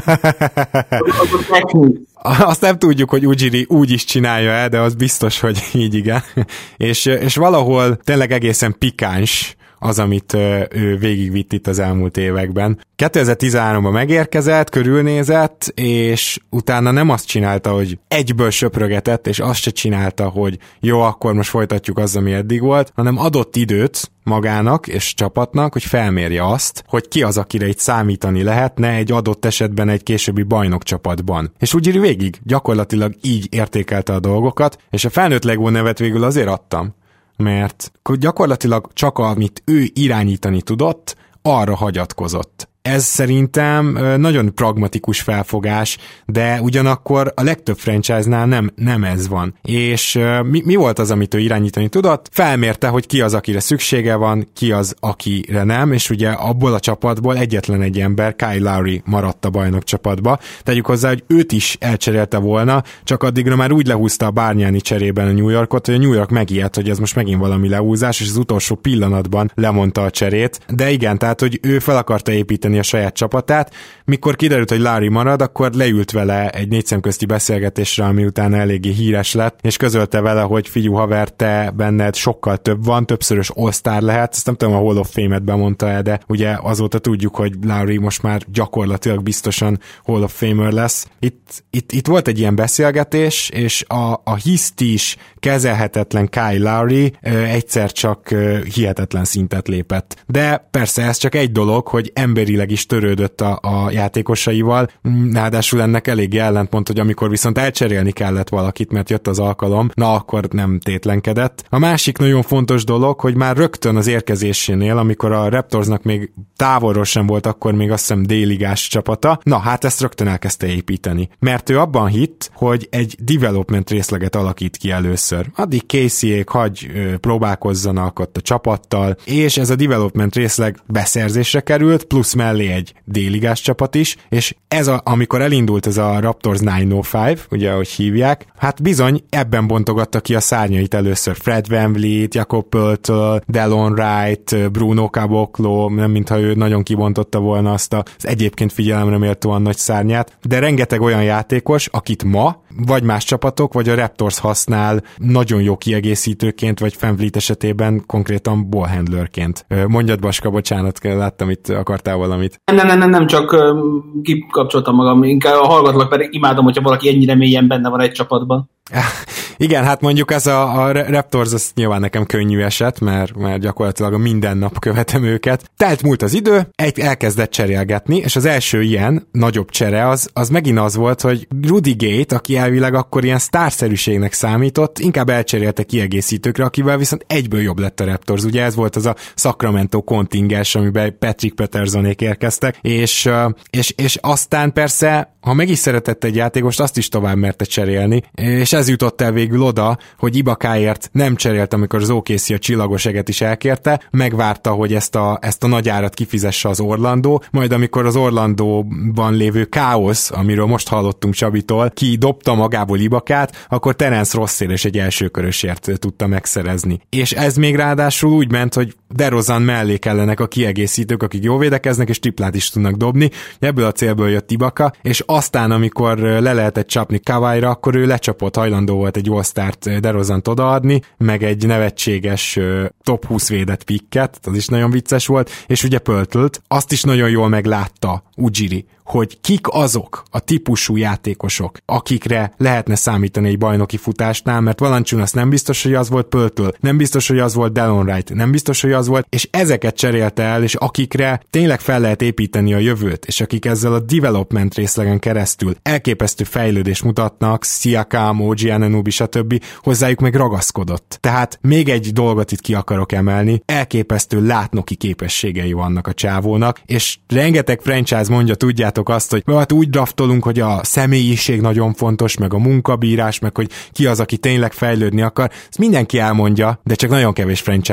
Speaker 2: Azt nem tudjuk, hogy Ujiri úgy is csinálja el, de az biztos, hogy így igen. és, és valahol tényleg egészen pikáns az, amit ő végigvitt itt az elmúlt években. kétezer-tizenháromban megérkezett, körülnézett, és utána nem azt csinálta, hogy egyből söprögetett, és azt se csinálta, hogy jó, akkor most folytatjuk az, ami eddig volt, hanem adott időt magának és csapatnak, hogy felmérje azt, hogy ki az, akire itt számítani lehetne egy adott esetben egy későbbi bajnokcsapatban. És úgy ír végig, gyakorlatilag így értékelte a dolgokat, és a felnőtt legó nevet végül azért adtam, mert gyakorlatilag csak amit ő irányítani tudott, arra hagyatkozott. Ez szerintem nagyon pragmatikus felfogás, de ugyanakkor a legtöbb franchise-nál nem, nem ez van. És mi, mi volt az, amit ő irányítani tudott? Felmérte, hogy ki az, akire szüksége van, ki az, akire nem, és ugye abból a csapatból egyetlen egy ember, Kyle Lowry maradt a bajnok csapatba. Tegyük hozzá, hogy őt is elcserélte volna, csak addigra már úgy lehúzta a Bargnani cserében a New Yorkot, hogy a New York megijedt, hogy ez most megint valami lehúzás, és az utolsó pillanatban lemondta a cserét. De igen, tehát, hogy ő fel akarta építeni a saját csapatát. Mikor kiderült, hogy Larry marad, akkor leült vele egy négyszemközti beszélgetésre, ami utána eléggé híres lett, és közölte vele, hogy figyú haver, te benned sokkal több van, többszörös all-star lehet, ezt nem tudom, a Hall of Fame-et bemondta el, de ugye azóta tudjuk, hogy Larry most már gyakorlatilag biztosan Hall of Famer lesz. Itt, itt, itt volt egy ilyen beszélgetés, és a, a hiszt is kezelhetetlen Kyle Lowry ö, egyszer csak ö, hihetetlen szintet lépett. De persze ez csak egy dolog, hogy emberileg is törődött a, a játékosaival, ráadásul ennek eléggé ellentmond, hogy amikor viszont elcserélni kellett valakit, mert jött az alkalom, na akkor nem tétlenkedett. A másik nagyon fontos dolog, hogy már rögtön az érkezésénél, amikor a Raptorsnak még távolról sem volt, akkor még azt hiszem D-ligás csapata, na hát ezt rögtön elkezdte építeni. Mert ő abban hitt, hogy egy development részleget alakít ki először. Addig Casey-ék hagy ö, próbálkozzanak ott a csapattal, és ez a development részleg beszerzésre került, plusz mellé egy D-ligás csapat is, és ez a, amikor elindult ez a Raptors kilencszázöt, ugye ahogy hívják, hát bizony ebben bontogatta ki a szárnyait először Fred VanVleet, Jakob Poeltl, Delon Wright, Bruno Caboclo, nem mintha ő nagyon kibontotta volna azt az egyébként figyelemre méltóan nagy szárnyát, de rengeteg olyan játékos, akit ma vagy más csapatok, vagy a Raptors használ nagyon jó kiegészítőként, vagy VanVleet esetében konkrétan ballhandlerként. Mondjad, Baska, bocsánat, láttam itt, akartál valamit.
Speaker 5: Nem, nem, nem, nem, csak uh, kikapcsoltam magam, inkább hallgatlak, mert imádom, hogyha valaki ennyire mélyen benne van egy csapatban.
Speaker 2: Igen, hát mondjuk ez a, a Raptors, az nyilván nekem könnyű eset, mert, mert gyakorlatilag a minden nap követem őket. Telt múlt az idő, egy elkezdett cserélgetni, és az első ilyen nagyobb csere az, az megint az volt, hogy Rudy Gay, aki elvileg akkor ilyen sztárszerűségnek számított, inkább elcserélte kiegészítőkre, akivel viszont egyből jobb lett a Raptors. Ugye ez volt az a Sacramento kontingens, amiben Patrick Pattersonék érkeztek, és, és, és aztán persze, ha meg is szeretett egy játékost, azt is tovább merte cserélni, és ez jutott el végül oda, hogy Ibakáért nem cserélt, amikor az o ká cé a csillagos eget is elkérte, megvárta, hogy ezt a, ezt a nagy árat kifizesse az Orlando, majd amikor az Orlandóban lévő káosz, amiről most hallottunk Csabitól, ki dobta magából Ibakát, akkor Terence Rossier és egy elsőkörösért tudta megszerezni. És ez még ráadásul úgy ment, hogy DeRozan mellé kellenek a kiegészítők, akik jól védekeznek, és triplát is tudnak dobni. Ebből a célból jött Ibaka, és aztán, amikor le lehetett csapni Kawhira, akkor ő lecsapott, hajlandó volt egy All-Start DeRozant odaadni, meg egy nevetséges top húsz védett pikket, az is nagyon vicces volt, és ugye Poeltlt, azt is nagyon jól meglátta Ujiri, hogy kik azok a típusú játékosok, akikre lehetne számítani egy bajnoki futásnál, mert Valanciunas nem biztos, hogy az volt Poeltl, nem biztos, hogy az volt Delon Wright, nem biztos, hogy az volt, és ezeket cserélte el, és akikre tényleg fel lehet építeni a jövőt, és akik ezzel a development részlegen keresztül elképesztő fejlődést mutatnak, Siakam, o gé Anunoby, stb. Hozzájuk meg ragaszkodott. Tehát még egy dolgot itt ki akarok emelni, elképesztő látnoki képességei vannak a csávónak, és rengeteg franchise mondja, tudjátok azt, hogy hát úgy draftolunk, hogy a személyiség nagyon fontos, meg a munkabírás, meg hogy ki az, aki tényleg fejlődni akar. Ezt mindenki elmondja, de csak nagyon kevés franchise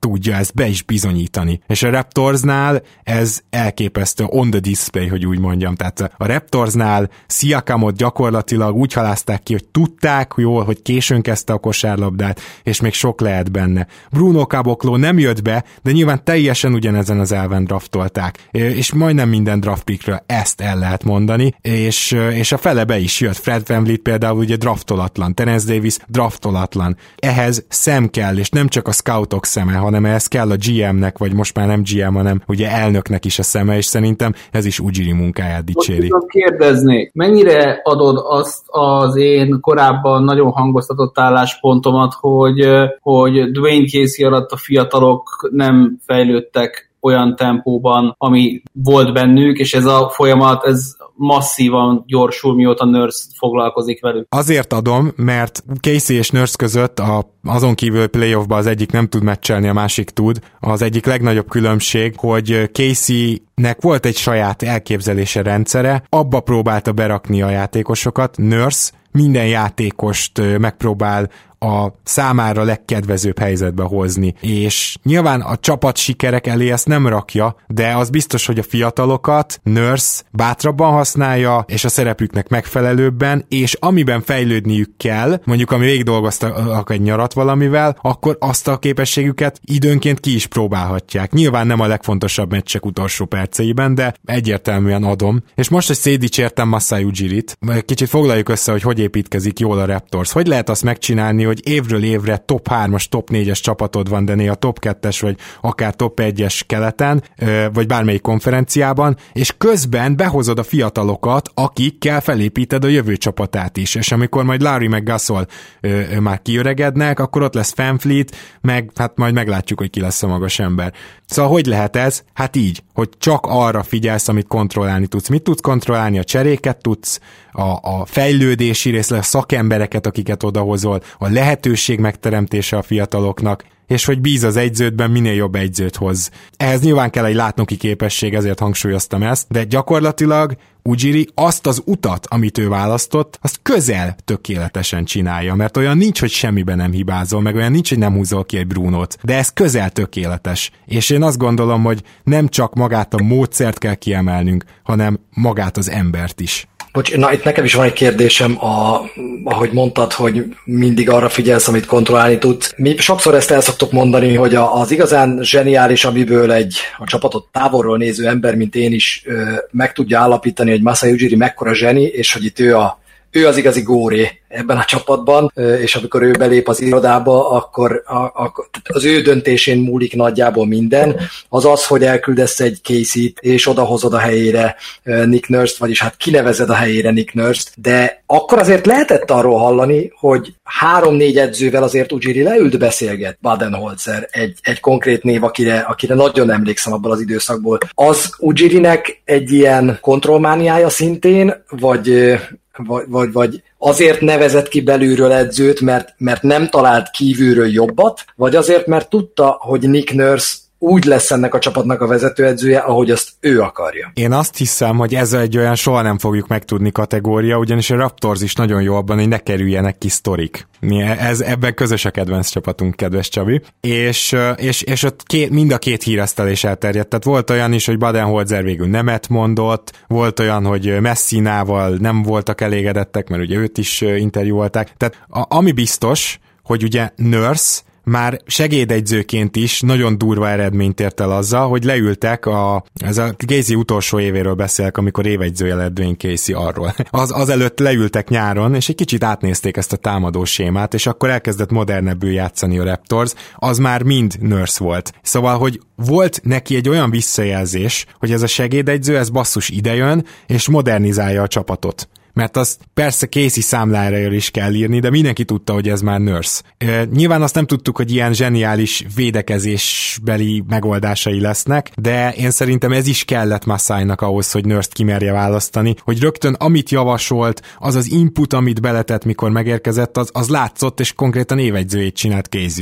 Speaker 2: tudja ezt be is bizonyítani. És a Raptorsnál ez elképesztő on the display, hogy úgy mondjam. Tehát a Raptorsnál Siakamot gyakorlatilag úgy halázták ki, hogy tudták jól, hogy későn kezdte a kosárlabdát, és még sok lehet benne. Bruno Caboclo nem jött be, de nyilván teljesen ugyanezen az elven draftolták. És majdnem minden draft pickről ezt el lehet mondani, és, és a fele be is jött. Fred VanVleet például ugye draftolatlan, Terence Davis draftolatlan. Ehhez szem kell, és nem csak a scoutok szeme, hanem ehhez kell a gé em-nek, vagy most már nem gé em, hanem ugye elnöknek is a szeme, és szerintem ez is Ujiri munkáját dicséri.
Speaker 5: Most kérdeznék, mennyire adod azt az én korábban nagyon hangoztatott álláspontomat, hogy, hogy Dwayne Casey alatt a fiatalok nem fejlődtek olyan tempóban, ami volt bennük, és ez a folyamat, ez masszívan gyorsul, mióta Nurse foglalkozik velük.
Speaker 2: Azért adom, mert Casey és Nurse között a, azon kívül playoffban az egyik nem tud meccselni, a másik tud. Az egyik legnagyobb különbség, hogy Caseynek volt egy saját elképzelése rendszere, abba próbálta berakni a játékosokat. Nurse minden játékost megpróbál a számára legkedvezőbb helyzetbe hozni. És nyilván a csapat sikerek elé ezt nem rakja, de az biztos, hogy a fiatalokat Nurse bátrabban használja, és a szerepüknek megfelelőbben, és amiben fejlődniük kell, mondjuk ami végig dolgoztak egy nyarat valamivel, akkor azt a képességüket időnként ki is próbálhatják. Nyilván nem a legfontosabb meccsek utolsó perceiben, de egyértelműen adom. És most, hogy szétdicsértem Masai Ujirit, kicsit foglaljuk össze, hogy hogy építkezik jól a Raptors. Hogy lehet azt megcsinálni, hogy évről évre top hármas, top négyes csapatod van, de néha top kettes, vagy akár top egyes keleten, vagy bármelyik konferenciában, és közben behozod a fiatalokat, akikkel felépíted a jövő csapatát is, és amikor majd Larry meg Gasol már kiöregednek, akkor ott lesz VanVleet, meg hát majd meglátjuk, hogy ki lesz a magas ember. Szóval hogy lehet ez? Hát így, hogy csak arra figyelsz, amit kontrollálni tudsz. Mit tudsz kontrollálni? A cseréket tudsz, a, a fejlődési részlet, a szakembereket, akiket odahozol, a lehetőség megteremtése a fiataloknak, és hogy bíz az egyződben, minél jobb egyzőt hoz. Ehhez nyilván kell egy látnoki képesség, ezért hangsúlyoztam ezt, de gyakorlatilag Ujiri azt az utat, amit ő választott, azt közel tökéletesen csinálja, mert olyan nincs, hogy semmiben nem hibázol, meg olyan nincs, hogy nem húzol ki egy Brunót, de ez közel tökéletes. És én azt gondolom, hogy nem csak magát a módszert kell kiemelnünk, hanem magát az embert is.
Speaker 4: Bocs, na itt nekem is van egy kérdésem, a, ahogy mondtad, hogy mindig arra figyelsz, amit kontrollálni tudsz. Mi sokszor ezt el szoktuk mondani, hogy az igazán zseniális, amiből egy a csapatot távolról néző ember, mint én is meg tudja állapítani, hogy Masai Ujiri mekkora zseni, és hogy itt ő, a, ő az igazi góré ebben a csapatban, és amikor ő belép az irodába, akkor a, a, az ő döntésén múlik nagyjából minden. Az az, hogy elküldesz egy Casey-t, és odahozod a helyére Nick Nurse-t, vagyis hát kinevezed a helyére Nick Nurse-t, de akkor azért lehetett arról hallani, hogy három-négy edzővel azért Ujiri leült beszélget, Budenholzer, egy, egy konkrét név, akire, akire nagyon emlékszem abban az időszakból. Az Ujirinek egy ilyen kontrollmániája szintén, vagy Vagy, vagy, vagy azért nevezett ki belülről edzőt, mert, mert nem talált kívülről jobbat, vagy azért, mert tudta, hogy Nick Nurse úgy lesz ennek a csapatnak a vezetőedzője, ahogy azt ő akarja.
Speaker 2: Én azt hiszem, hogy ez egy olyan soha nem fogjuk megtudni kategória, ugyanis a Raptors is nagyon jó abban, hogy ne kerüljenek ki sztorik. Ez, ebben közös a kedvenc csapatunk, kedves Csabi. És, és, és ott két, mind a két híresztelés elterjedt. Tehát volt olyan is, hogy Budenholzer végül nemet mondott, volt olyan, hogy Messinával nem voltak elégedettek, mert ugye őt is interjúolták. Tehát a, ami biztos, hogy ugye Nurse már segédegyzőként is nagyon durva eredményt ért el azzal, hogy leültek, a, ez a Casey utolsó évéről beszélek, amikor évegyzője lett Dwayne Casey arról. Az, azelőtt leültek nyáron, és egy kicsit átnézték ezt a támadó sémát, és akkor elkezdett modernebbül játszani a Raptors, az már mind Nurse volt. Szóval, hogy volt neki egy olyan visszajelzés, hogy ez a segédegyző, ez basszus idejön, és modernizálja a csapatot. Mert azt persze Casey számlára is kell írni, de mindenki tudta, hogy ez már Nurse. E, nyilván azt nem tudtuk, hogy ilyen zseniális védekezésbeli megoldásai lesznek, de én szerintem ez is kellett Masainak ahhoz, hogy Nurse-t kimerje választani, hogy rögtön amit javasolt, az az input, amit beletett, mikor megérkezett, az, az látszott, és konkrétan évegyzőjét csinált Casey-ből.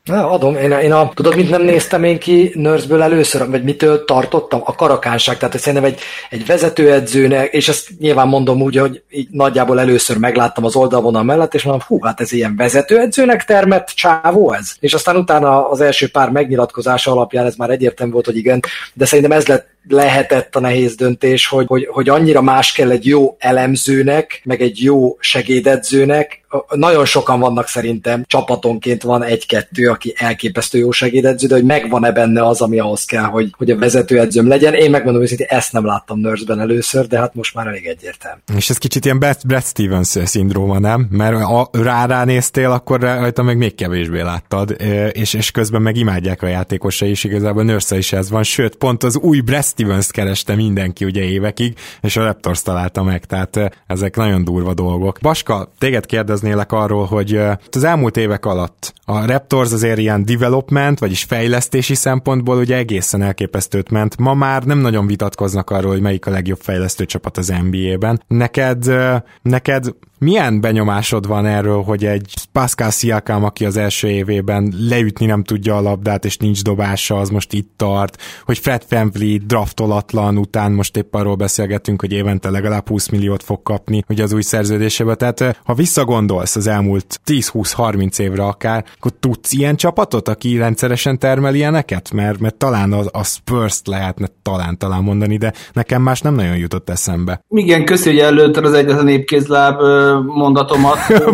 Speaker 4: Na, adom. Én, én a, tudod, mit nem néztem én ki Nurse-ből először, vagy mitől tartottam? A karakánság. Tehát hogy szerintem egy, egy vezetőedzőnek, és ezt nyilván mondom úgy, hogy így nagyjából először megláttam az oldalvonal mellett, és mondom, hú, hát ez ilyen vezetőedzőnek termett csávó ez. És aztán utána az első pár megnyilatkozása alapján ez már egyértelmű volt, hogy igen, de szerintem ez lett lehetett a nehéz döntés, hogy, hogy, hogy annyira más kell egy jó elemzőnek, meg egy jó segédedzőnek. Nagyon sokan vannak szerintem, csapatonként van egy-kettő, aki elképesztő jó segédedző, de hogy megvan-e benne az, ami ahhoz kell, hogy, hogy a vezetőedzőm legyen. Én megmondom őszintén, ezt nem láttam Nurse-ben először, de hát most már elég egyértelmű.
Speaker 2: És ez kicsit ilyen Brad Stevens szindróma, nem? Mert a, rá ránéztél, akkor rajta meg még kevésbé láttad, és, és közben meg imádják a játékosai, és igazából Nurse is ez van, sőt, pont az új Brad Stevens kereste mindenki ugye évekig, és a Raptors találta meg, tehát ezek nagyon durva dolgok. Baska, téged kérdeznélek arról, hogy az elmúlt évek alatt a Raptors azért ilyen development, vagyis fejlesztési szempontból ugye egészen elképesztőt ment. Ma már nem nagyon vitatkoznak arról, hogy melyik a legjobb fejlesztő csapat az en bé á-ben. Neked, neked milyen benyomásod van erről, hogy egy Pascal Siakam, aki az első évében leütni nem tudja a labdát, és nincs dobása, az most itt tart, hogy Fred VanVleet draftolatlan után most épp arról beszélgetünk, hogy évente legalább húsz milliót fog kapni ugye az új szerződésébe. Tehát ha visszagondolsz az elmúlt tíz-húsz-harminc évre akár, akkor tudsz ilyen csapatot, aki rendszeresen termel ilyeneket? Mert, mert talán a, a Spurs-t lehetne talán, talán mondani, de nekem más nem nagyon jutott eszembe.
Speaker 5: Igen, köszi, hogy előtted az egyetlen népkézláb mondatomat.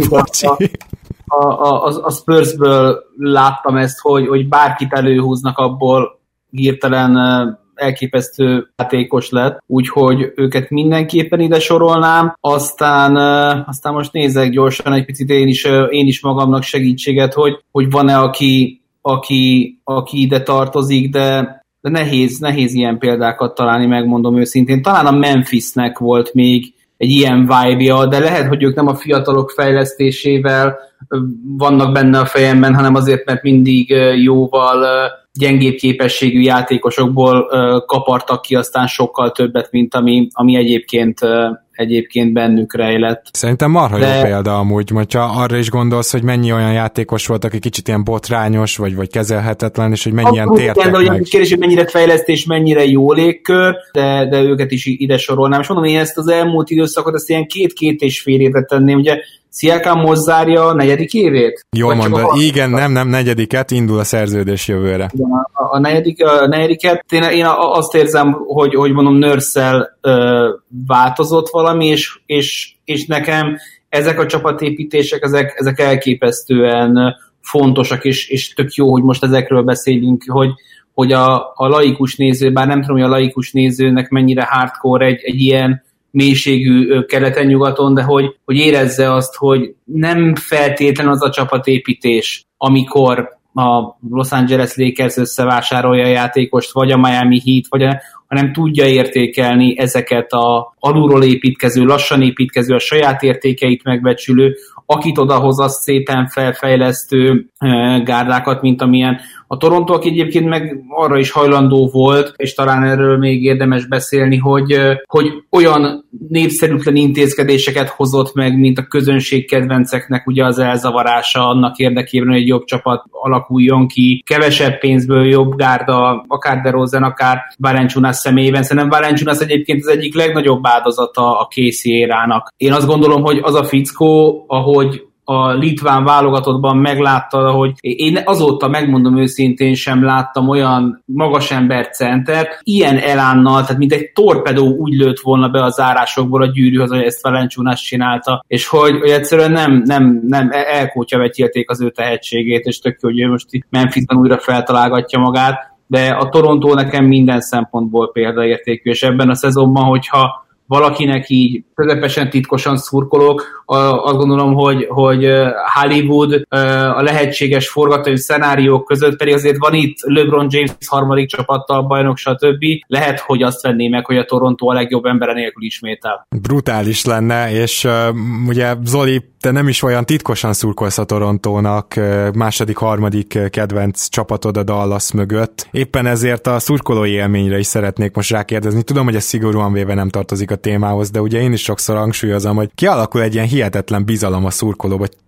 Speaker 5: a, a, a, a Spursből láttam ezt, hogy, hogy bárkit előhúznak, abból hirtelen elképesztő játékos lett, úgyhogy őket mindenképpen ide sorolnám. Aztán, aztán most nézek gyorsan egy picit én is, én is magamnak segítséget, hogy, hogy van-e, aki, aki, aki ide tartozik, de, de nehéz, nehéz ilyen példákat találni, megmondom őszintén. Talán a Memphisnek volt még egy ilyen vibe-ja, de lehet, hogy ők nem a fiatalok fejlesztésével vannak benne a fejemben, hanem azért, mert mindig jóval gyengébb képességű játékosokból kapartak ki aztán sokkal többet, mint ami, ami egyébként, egyébként bennük rejlett.
Speaker 2: Szerintem marha
Speaker 5: De...
Speaker 2: jó példa amúgy, hogyha arra is gondolsz, hogy mennyi olyan játékos volt, aki kicsit ilyen botrányos, vagy, vagy kezelhetetlen, és hogy mennyien tértek
Speaker 5: meg.
Speaker 2: meg.
Speaker 5: Kérdés, hogy mennyire fejlesztés, mennyire jó légkör, de, de őket is ide sorolnám. És mondom, én ezt az elmúlt időszakot, ezt ilyen két-két és fél évre tenném, ugye Siakam most zárja a negyedik évét?
Speaker 2: Jól mondod, igen, nem, nem negyediket, indul a szerződés jövőre.
Speaker 5: Igen, a, a, negyedik, a negyediket, én, én azt érzem, hogy, hogy mondom, Nurse-szel ö, változott valami, és, és, és nekem ezek a csapatépítések, ezek, ezek elképesztően fontosak, és, és tök jó, hogy most ezekről beszélünk, hogy, hogy a, a laikus néző, bár nem tudom, hogy a laikus nézőnek mennyire hardcore egy, egy ilyen mélységű keleten-nyugaton, de hogy, hogy érezze azt, hogy nem feltétlen az a csapatépítés, amikor a Los Angeles Lakers összevásárolja a játékost, vagy a Miami Heat, vagy a, hanem tudja értékelni ezeket a alulról építkező, lassan építkező, a saját értékeit megbecsülő, akit odahoz az szépen felfejlesztő gárdákat, mint amilyen a Toronto, aki egyébként meg arra is hajlandó volt, és talán erről még érdemes beszélni, hogy, hogy olyan népszerűtlen intézkedéseket hozott meg, mint a közönség kedvenceknek ugye az elzavarása annak érdekében, hogy egy jobb csapat alakuljon ki, kevesebb pénzből jobb gárda, akár DeRozan, akár Valanciunas személyében. Szerintem Valanciunas egyébként az egyik legnagyobb áldozata a ká cé érának. Én azt gondolom, hogy az a fickó, ahogy a litván válogatottban meglátta, hogy én azóta, megmondom őszintén, sem láttam olyan magasember centert, ilyen elánnal, tehát mint egy torpedó úgy lőtt volna be a zárásokból a gyűrűhöz, hogy ezt Valanciunas csinálta, és hogy, hogy egyszerűen nem, nem, nem elkótyavetélték az ő tehetségét, és tök jó, hogy ő most itt Memphisben újra feltalálgatja magát, de a Toronto nekem minden szempontból példaértékű, és ebben a szezonban, hogyha valakinek így közepesen titkosan szurkolok, azt gondolom, hogy, hogy Hollywood a lehetséges forgatókönyv szenáriók között, pedig azért van itt LeBron James harmadik csapattal, bajnok, stb. Lehet, hogy azt venné meg, hogy a Toronto a legjobb embere nélkül ismétel.
Speaker 2: Brutális lenne, és uh, ugye Zoli, te nem is olyan titkosan szurkolsz a Torontónak, uh, második, harmadik kedvenc csapatod a Dallas mögött. Éppen ezért a szurkolói élményre is szeretnék most rákérdezni. Tudom, hogy ez szigorúan véve nem tartozik a témához, de ugye én is sokszor hangsúlyozom, hogy kialakul egy ilyen hihetetlen bizalom a szurkolóba, hogy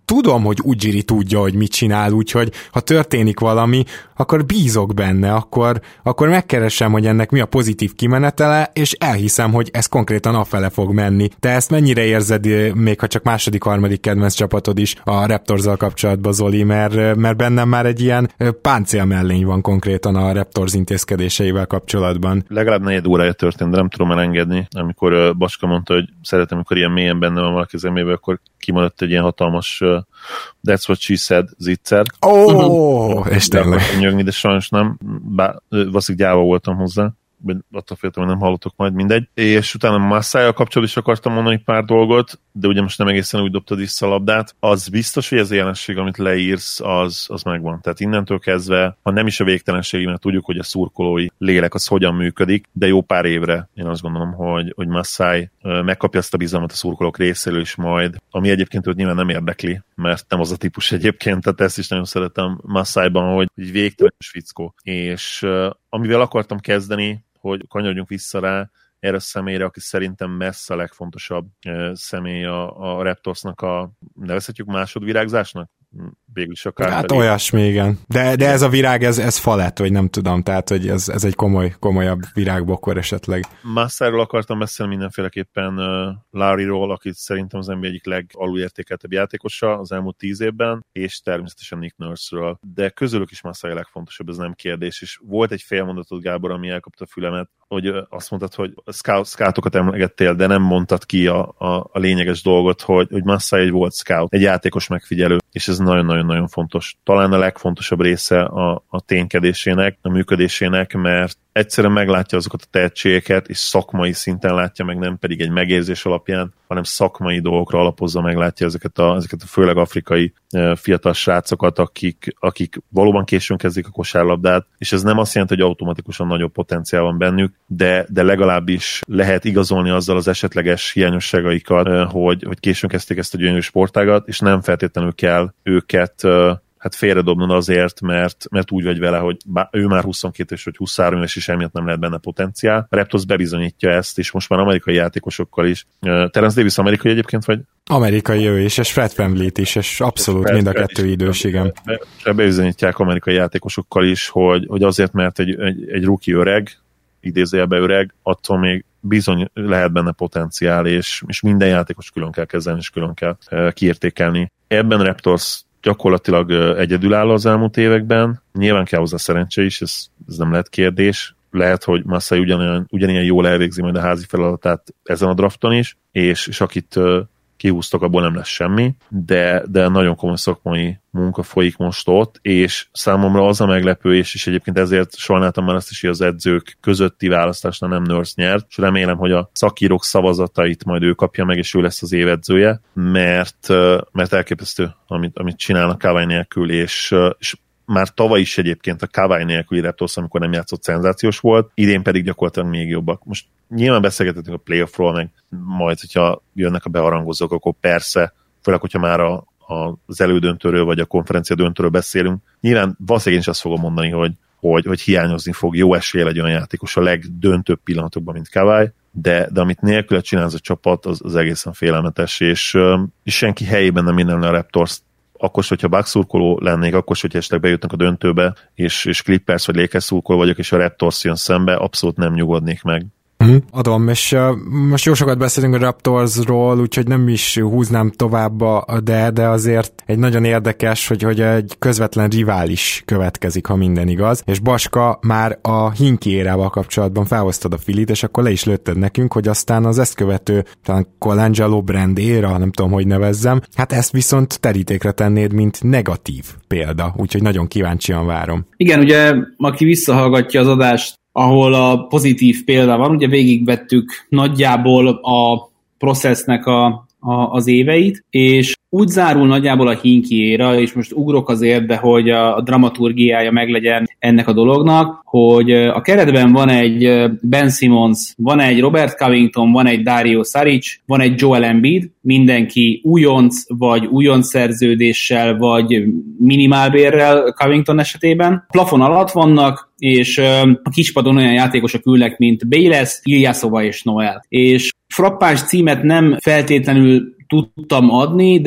Speaker 2: tudom, hogy Ujiri tudja, hogy mit csinál, úgyhogy ha történik valami, akkor bízok benne, akkor, akkor megkeresem, hogy ennek mi a pozitív kimenetele, és elhiszem, hogy ez konkrétan afele fog menni. Te ezt mennyire érzed, még ha csak második, harmadik kedvenc csapatod is a Raptorzzal kapcsolatban, Zoli, mert, mert bennem már egy ilyen páncélmellény van konkrétan a Raptors intézkedéseivel kapcsolatban.
Speaker 3: Legalább negyed órája történt, de nem tudom elengedni. Amikor Baska mondta, hogy szeretem, amikor ilyen mélyen benne van valaki zemébe, akkor kimaradt egy ilyen hatalmas uh, That's what she said zicser.
Speaker 2: Ó, oh, és tényleg.
Speaker 3: Nyögni, de sajnos nem. Bár valószínűleg gyáva voltam hozzá. Attól féltem, hogy nem hallottok majd, mindegy. És utána Massájjal kapcsolatban is akartam mondani pár dolgot, de ugye most nem egészen úgy dobtad vissza a labdát. Az biztos, hogy ez a jelenség, amit leírsz, az, az megvan. Tehát innentől kezdve, ha nem is a végtelenség, mert tudjuk, hogy a szurkolói lélek az hogyan működik, de jó pár évre én azt gondolom, hogy, hogy Massáj megkapja azt a bizalmat a szurkolók részéről is majd, ami egyébként őt nyilván nem érdekli, mert nem az a típus egyébként, tehát ezt is nagyon szeretem Massájban, hogy egy végtelenes fickó. És amivel akartam kezdeni, hogy kanyarodjunk vissza rá erre a személyre, aki szerintem messze a legfontosabb személy a, a Raptorsnak a, nevezhetjük másodvirágzásnak? Végül is akár.
Speaker 2: Hát olyasmi, igen. De, de ez a virág, ez, ez fa lett, vagy nem tudom, tehát hogy ez, ez egy komoly, komolyabb virágbokor esetleg.
Speaker 3: Massájról akartam beszélni mindenféleképpen uh, Larryról, akit szerintem az en bé á egyik legalulértékeltebb játékosa az elmúlt tíz évben, és természetesen Nick Nurse-ről. De közülük is Massáj a legfontosabb, ez nem kérdés. És volt egy félmondatot, Gábor, ami elkapta a fülemet, hogy uh, azt mondtad, hogy scout, scoutokat emlegettél, de nem mondtad ki a, a, a lényeges dolgot, hogy, hogy Massáj egy volt scout, egy játékos megfigyelő, és ez nagyon-nagyon-nagyon fontos. Talán a legfontosabb része a, a ténykedésének, a működésének, mert egyszerűen meglátja azokat a tehetségeket, és szakmai szinten látja meg, nem pedig egy megérzés alapján, hanem szakmai dolgokra alapozza, meglátja ezeket a, ezeket a főleg afrikai e, fiatal srácokat, akik, akik valóban későn kezdik a kosárlabdát, és ez nem azt jelenti, hogy automatikusan nagyobb potenciál van bennük, de, de legalábbis lehet igazolni azzal az esetleges hiányosságaikat, e, hogy, hogy későn kezdték ezt a gyönyörű sportágat, és nem feltétlenül kell őket e, hát félredobnod azért, mert, mert úgy vagy vele, hogy bá, ő már huszonkét és vagy huszonhárom éves, és emiatt nem lehet benne potenciál. A Raptors bebizonyítja ezt, és most már amerikai játékosokkal is. Uh, Terence Davis amerikai egyébként, vagy?
Speaker 2: Amerikai ő is, és Fred VanVleet is, és abszolút Fred, mind a kettő idős, igen.
Speaker 3: Bebizonyítják amerikai játékosokkal is, hogy, hogy azért, mert egy, egy, egy rookie öreg, idézőjelbe öreg, attól még bizony lehet benne potenciál, és, és minden játékos külön kell kezelni, és külön kell uh, kiértékelni. Ebben Raptors gyakorlatilag egyedülálló az elmúlt években. Nyilván kell hozzá szerencse is, ez, ez nem lehet kérdés. Lehet, hogy Massáj ugyanilyen, ugyanilyen jól elvégzi majd a házi feladatát ezen a drafton is, és, és akit uh, kihúztak, abból nem lesz semmi, de, de nagyon komoly szakmai munka folyik most ott, és számomra az a meglepő, és, és egyébként ezért sajnáltam már azt is, hogy az edzők közötti választásnál nem Nurse nyert, és remélem, hogy a szakírók szavazatait majd ő kapja meg, és ő lesz az év edzője, mert, mert elképesztő, amit, amit csinálnak Kawhi nélkül, és, és már tavaly is egyébként a Kawhi nélküli Raptors, amikor nem játszott, szenzációs volt, idén pedig gyakorlatilag még jobbak. Most nyilván beszélgethetünk a playoffról, meg majd, hogyha jönnek a beharangozók, akkor persze, főleg, hogyha már a, a, az elődöntőről, vagy a konferencia döntőről beszélünk. Nyilván valószínűleg is azt fogom mondani, hogy, hogy, hogy hiányozni fog jó eséllyel egy olyan játékos a legdöntőbb pillanatokban, mint Kawhi, de, de amit nélküle csinál az a csapat, az, az egészen félelmetes, és, és senki helyében nem minden a Raptors. Akkor, hogyha Bucks szurkoló lennék, akkor, hogyha esetleg bejutnak a döntőbe, és, és Clippers vagy Lakers szurkoló vagyok, és a Raptors jön szembe, abszolút nem nyugodnék meg.
Speaker 2: Uh-huh. Adom, és uh, most jó sokat beszélünk a Raptorsról, úgyhogy nem is húznám tovább, de, de azért egy nagyon érdekes, hogy, hogy egy közvetlen rivális következik, ha minden igaz, és Baska már a Hinkie érával kapcsolatban felhoztad a Filit, és akkor le is lőtted nekünk, hogy aztán az ezt követő, talán Colangelo Brand éra, nem tudom, hogy nevezzem, hát ezt viszont terítékre tennéd, mint negatív példa, úgyhogy nagyon kíváncsian várom.
Speaker 5: Igen, ugye, aki visszahallgatja az adást, ahol a pozitív példa van, ugye végigvettük nagyjából a processznek a, a, az éveit, és úgy zárul nagyjából a Hinkie éra, és most ugrok azért, de hogy a, a dramaturgiája meglegyen ennek a dolognak, hogy a keretben van egy Ben Simmons, van egy Robert Covington, van egy Dario Saric, van egy Joel Embiid, mindenki újonc, vagy újonc szerződéssel, vagy minimálbérrel Covington esetében. Plafon alatt vannak, és a kispadon olyan játékosok ülnek, mint Bayless, Ilyasova és Noel. És frappás címet nem feltétlenül tudtam adni, de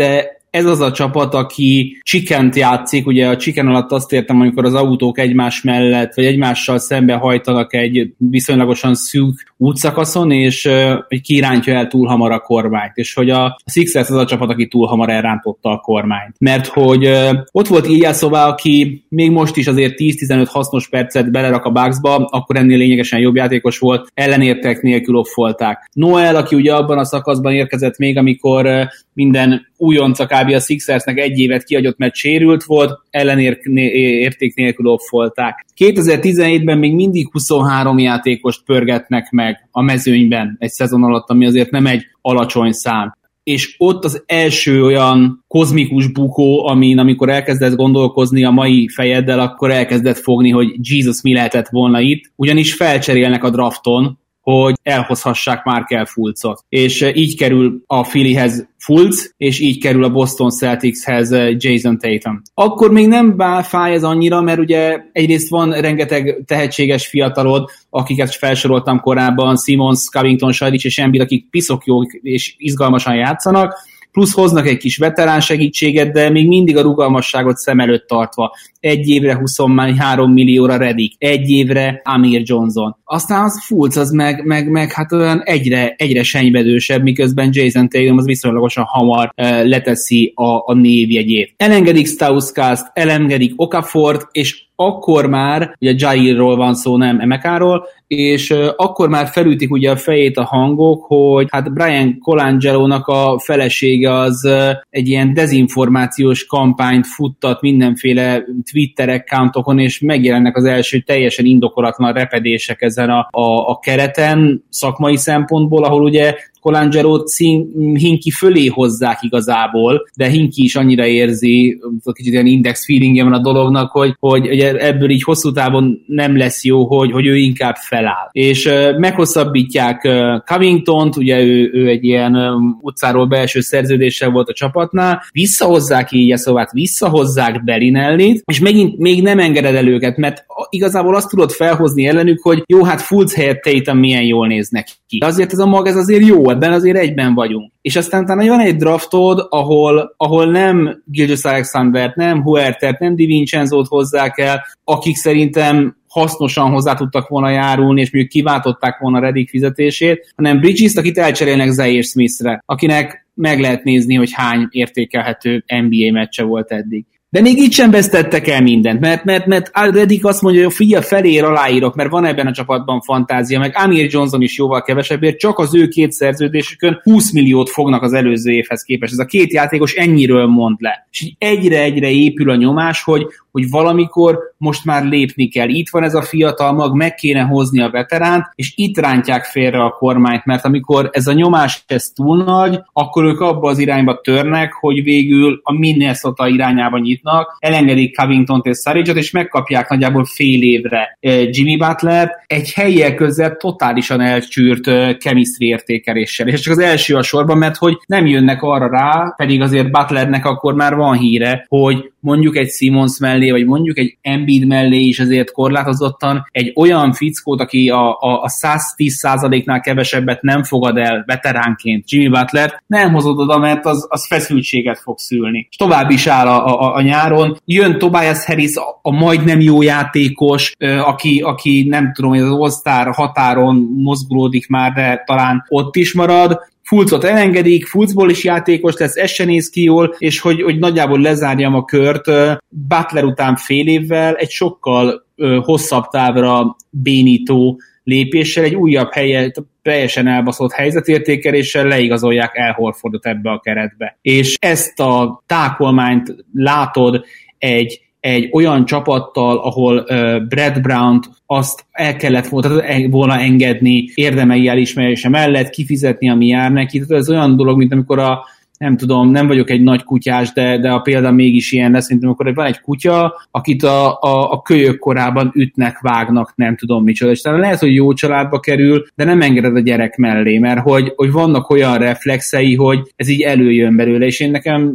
Speaker 5: ez az a csapat, aki chickent játszik, ugye a chicken alatt azt értem, amikor az autók egymás mellett, vagy egymással szembe hajtanak egy viszonylagosan szűk útszakaszon, és hogy kirántja el túl hamar a kormányt, és hogy a Sixers az a csapat, aki túl hamar elrántotta a kormányt. Mert hogy ott volt Ilyasova, aki még most is azért tíz-tizenöt hasznos percet belerak a Bucksba, akkor ennél lényegesen jobb játékos volt, ellenértek nélkül offolták. Noel, aki ugye abban a szakaszban érkezett még, amikor minden újonca kb. A Sixersnek egy évet kiadott, mert sérült volt, ellenérték nélkül offolták. kétezer-tizenhétben még mindig huszonhárom játékost pörgetnek meg a mezőnyben egy szezon alatt, ami azért nem egy alacsony szám. És ott az első olyan kozmikus bukó, amin amikor elkezdett gondolkozni a mai fejeddel, akkor elkezdett fogni, hogy Jesus, mi lehetett volna itt, ugyanis felcserélnek a drafton, hogy elhozhassák Markelle Fultzot. És így kerül a Phillyhez Fultz, és így kerül a Boston Celticshez Jason Tatum. Akkor még nem fáj ez annyira, mert ugye egyrészt van rengeteg tehetséges fiatalod, akiket felsoroltam korábban, Simmons, Covington, Saric és Embiid, akik piszok jók és izgalmasan játszanak, plusz hoznak egy kis veterán segítséget, de még mindig a rugalmasságot szem előtt tartva. Egy évre huszonhárom millióra Redick, egy évre Amir Johnson. Aztán az Fultz az meg, meg, meg hát olyan egyre, egyre senybedősebb, miközben Jason Tatum az viszonylagosan hamar uh, leteszi a, a névjegyét. Elengedik Stauskas-t, elengedik Okafort, és akkor már, ugye Jairról van szó, nem Emekáról, és uh, akkor már felütik ugye a fejét a hangok, hogy hát Brian Colangelo-nak a felesége az uh, egy ilyen dezinformációs kampányt futtat mindenféle Twitter accountokon, és megjelennek az első teljesen indokolatlan repedések ezen a, a, a kereten szakmai szempontból, ahol ugye Colangelót Hinkie fölé hozzák igazából, de Hinkie is annyira érzi, kicsit ilyen index feelingje van a dolognak, hogy, hogy ebből így hosszú távon nem lesz jó, hogy, hogy ő inkább feláll. És uh, meghosszabbítják uh, Covingtont, ugye ő, ő egy ilyen um, utcáról belső szerződéssel volt a csapatnál, visszahozzák Ilyasovát, visszahozzák Bellinellit, és megint még nem engeded el őket, mert igazából azt tudod felhozni ellenük, hogy jó, hát Fultz helyett Tatum milyen jól néznek ki. De azért ez a mag, ez azért jó, ebben azért egyben vagyunk. És aztán talán van egy draftod, ahol, ahol nem Gilgeous-Alexandert, nem Huertert, nem DiVincenzót hozzák el, akik szerintem hasznosan hozzá tudtak volna járulni, és mondjuk kiváltották volna Redick fizetését, hanem Bridges-t, akit elcserélnek Zaire Smithre, akinek meg lehet nézni, hogy hány értékelhető en bé á meccse volt eddig. De még így sem vesztettek el mindent, mert, mert, mert Redick azt mondja, hogy figyelj, felér aláírok, mert van ebben a csapatban fantázia, meg Amir Johnson is jóval kevesebbért, csak az ő két szerződésükön húsz milliót fognak az előző évhez képest. Ez a két játékos ennyiről mond le. És így egyre-egyre épül a nyomás, hogy, hogy valamikor most már lépni kell. Itt van ez a fiatal mag, meg kéne hozni a veteránt, és itt rántják félre a kormányt, mert amikor ez a nyomás ez túl nagy, akkor ők abba az irányba törnek, hogy végül a Minnesota irányába nyitnak, elengedik Covingtont és Saricot, és megkapják nagyjából fél évre Jimmy Butlert, egy helyiek közel totálisan elcsűrt chemistry értékeléssel. És csak az első a sorban, mert hogy nem jönnek arra rá, pedig azért Butlernek akkor már van híre, hogy mondjuk egy Simmons mellé, vagy mondjuk egy Embiid mellé is azért korlátozottan egy olyan fickót, aki a, a, a száz tíz százaléknál kevesebbet nem fogad el veteránként, Jimmy Butler, nem hozod oda, mert az, az feszültséget fog szülni. És tovább is áll a, a, a nyáron. Jön Tobias Harris, a, a majdnem jó játékos, aki, aki nem tudom, hogy az All-Star határon mozgolódik már, de talán ott is marad. Fultzot elengedik, Fultzból is játékos lesz, ez se néz ki jól, és hogy, hogy nagyjából lezárjam a kört, Butler után fél évvel egy sokkal hosszabb távra bénító lépéssel, egy újabb helyet, teljesen elbaszott helyzetértékeléssel leigazolják El Horfordot ebbe a keretbe. És ezt a tákolmányt látod egy egy olyan csapattal, ahol uh, Brad Brown-t azt el kellett volna engedni érdemei elismerése mellett, kifizetni, ami jár neki. Tehát ez olyan dolog, mint amikor a nem tudom, nem vagyok egy nagy kutyás, de, de a példa mégis ilyen lesz, mint amikor van egy kutya, akit a, a, a kölyök korában ütnek, vágnak, nem tudom micsoda. És talán lehet, hogy jó családba kerül, de nem engeded a gyerek mellé, mert hogy, hogy vannak olyan reflexei, hogy ez így előjön belőle, és én nekem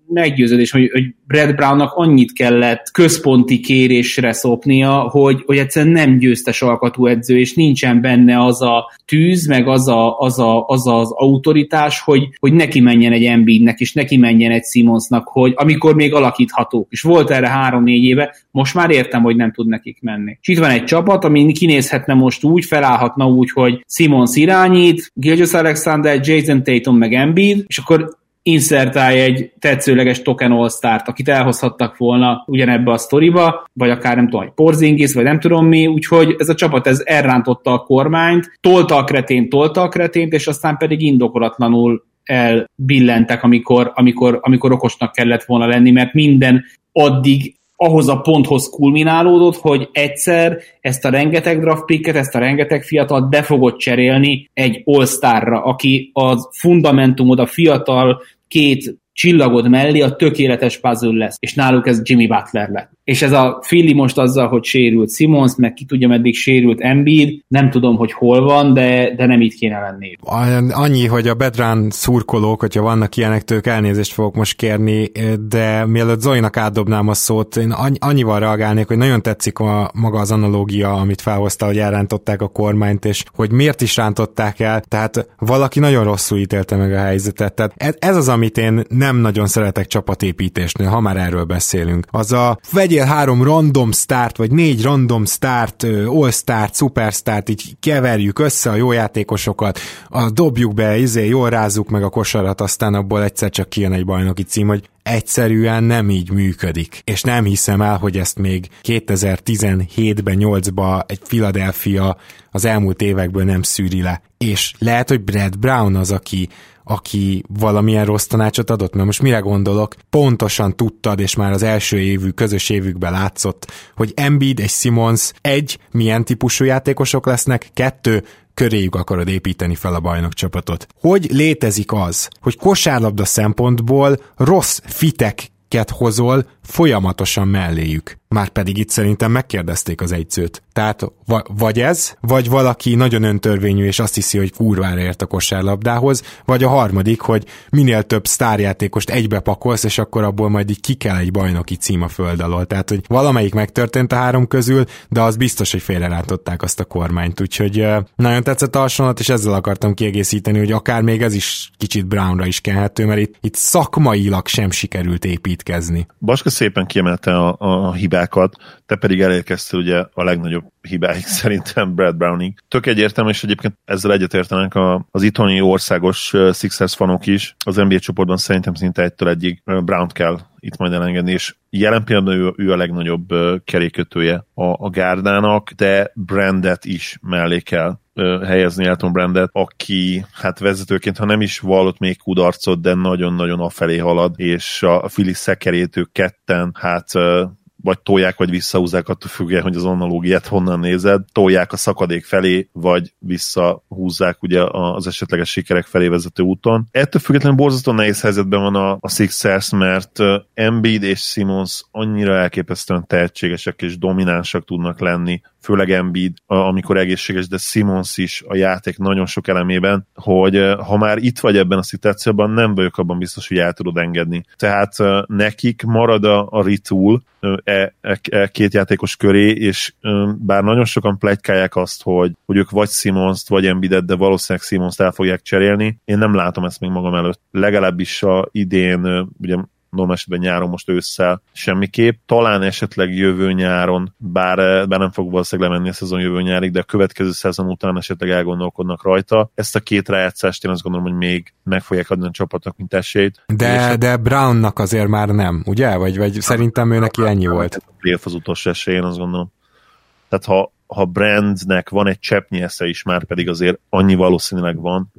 Speaker 5: meggyőződés, hogy, hogy Brad Brownnak annyit kellett központi kérésre szopnia, hogy, hogy egyszerűen nem győztes alkatú edző, és nincsen benne az a tűz, meg az a, az, a, az, az autoritás, hogy, hogy neki menjen egy Embiidnek, és neki menjen egy Simmonsnak, hogy amikor még alakíthatók. És volt erre három-négy éve, most már értem, hogy nem tud nekik menni. És itt van egy csapat, ami kinézhetne most úgy, felállhatna úgy, hogy Simmons irányít, Gilgeous-Alexander, Jason Tatum meg Embiid, és akkor inszertálj egy tetszőleges token all-start, akit elhozhattak volna ugyanebbe a sztoriba, vagy akár nem tudom, egy Porzingis, vagy nem tudom mi, úgyhogy ez a csapat ez elrántotta a kormányt, tolta a kretént, tolta a kretént, és aztán pedig indokolatlanul elbillentek, amikor, amikor, amikor okosnak kellett volna lenni, mert minden addig ahhoz a ponthoz kulminálódott, hogy egyszer ezt a rengeteg draft picket, ezt a rengeteg fiatalt be fogod cserélni egy all-starra, aki az fundamentumod, a fiatal két csillagod mellé a tökéletes puzzle lesz, és náluk ez Jimmy Butler lett. És ez a Philly most azzal, hogy sérült Simmons, meg ki tudja, meddig sérült Embiid, nem tudom, hogy hol van, de, de nem itt kéne lenni.
Speaker 2: Annyi, hogy a Bedrán szurkolók, hogyha vannak ilyenek, tők elnézést fogok most kérni, de mielőtt Zolinak átdobnám a szót, én annyival reagálnék, hogy nagyon tetszik a, maga az analógia, amit felhozta, hogy elrántották a kormányt, és hogy miért is rántották el, tehát valaki nagyon rosszul ítélte meg a helyzetet. Tehát ez, ez az, amit én nem nagyon szeretek csapatépítésnél, ha már erről beszélünk. Az a vegyél három random start, vagy négy random start, all-start, superstart, így keverjük össze a jó játékosokat, a dobjuk be, izé, jól rázzuk meg a kosarat, aztán abból egyszer csak kijön egy bajnoki cím, hogy egyszerűen nem így működik. És nem hiszem el, hogy ezt még kétezer-tizenhétben, nyolcban egy Philadelphia az elmúlt évekből nem szűri le. És lehet, hogy Brad Brown az, aki aki valamilyen rossz tanácsot adott, mert most mire gondolok? Pontosan tudtad, és már az első évű, közös évükben látszott, hogy Embiid és Simmons egy, milyen típusú játékosok lesznek, kettő, köréjük akarod építeni fel a bajnokcsapatot. Hogy létezik az, hogy kosárlabda szempontból rossz fiteket hozol folyamatosan melléjük? Márpedig itt szerintem megkérdezték az edzőt. Tehát va- vagy ez, vagy valaki nagyon öntörvényű, és azt hiszi, hogy kurvára ért a kosárlabdához, vagy a harmadik, hogy minél több sztárjátékost egybe pakolsz, és akkor abból majd így ki kell egy bajnoki cím a föld alól. Tehát, hogy valamelyik megtörtént a három közül, de az biztos, hogy félrerántották azt a kormányt. Úgyhogy uh, nagyon tetszett a hasonlat, és ezzel akartam kiegészíteni, hogy akár még ez is kicsit Brownra is kenhető, mert itt, itt szakmailag sem sikerült építkezni.
Speaker 3: Baska szépen kiemelte a, a hibákat, te pedig elérkeztél ugye a legnagyobb hibáig szerintem Brad Browning. Tök egyértelmű, és egyébként ezzel egyetértenek az itthoni országos Sixers fanok is. Az en bé á csoportban szerintem szinte egytől egyig Brownt kell itt majd elengedni, és jelen pillanatban ő, ő a legnagyobb kerékötője a, a gárdának, de Brandet is mellé kell helyezni, Elton Brandet, aki hát vezetőként, ha nem is vallott még kudarcot, de nagyon-nagyon afelé halad, és a Philly szekerét ők ketten, hát vagy tolják, vagy visszahúzzák, attól függően, hogy az analógiát honnan nézed, tolják a szakadék felé, vagy visszahúzzák ugye az esetleges sikerek felé vezető úton. Ettől függetlenül borzasztó nehéz helyzetben van a, a Sixers, mert Embiid és Simmons annyira elképesztően tehetségesek és dominánsak tudnak lenni, főleg Embiid, amikor egészséges, de Simmons is a játék nagyon sok elemében, hogy ha már itt vagy ebben a szituációban, nem vagyok abban biztos, hogy el tudod engedni. Tehát nekik marad a, a retool e, e, e két játékos köré, és bár nagyon sokan pletykálják azt, hogy, hogy ők vagy Simmons-t, vagy Embiidet, de valószínűleg Simmons-t el fogják cserélni, én nem látom ezt még magam előtt. Legalábbis a idén, ugye normál esetben nyáron, most ősszel semmiképp. Talán esetleg jövő nyáron, bár, bár nem fog valószínűleg lemenni a szezon jövő nyárig, de a következő szezon után esetleg elgondolkodnak rajta. Ezt a két rájátszást én azt gondolom, hogy még meg fogják adni a csapatnak, mint esélyt.
Speaker 2: De, de Brownnak azért már nem, ugye? Vagy, vagy szerintem ő neki ennyi volt.
Speaker 3: Playoff az utolsó esély, én azt gondolom. Tehát ha, ha Brandnek van egy cseppnyi esze is, már pedig azért annyi valószínűleg van,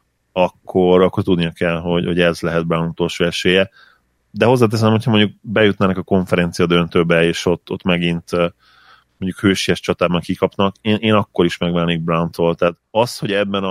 Speaker 3: akkor, akkor tudnia kell, hogy, hogy ez lehet Brown utolsó esélye. De hozzáteszem, hogyha mondjuk bejutnának a konferencia döntőbe, és ott, ott megint mondjuk hősies csatában kikapnak, én, én akkor is megválnék Browntól. Tehát az, hogy ebben a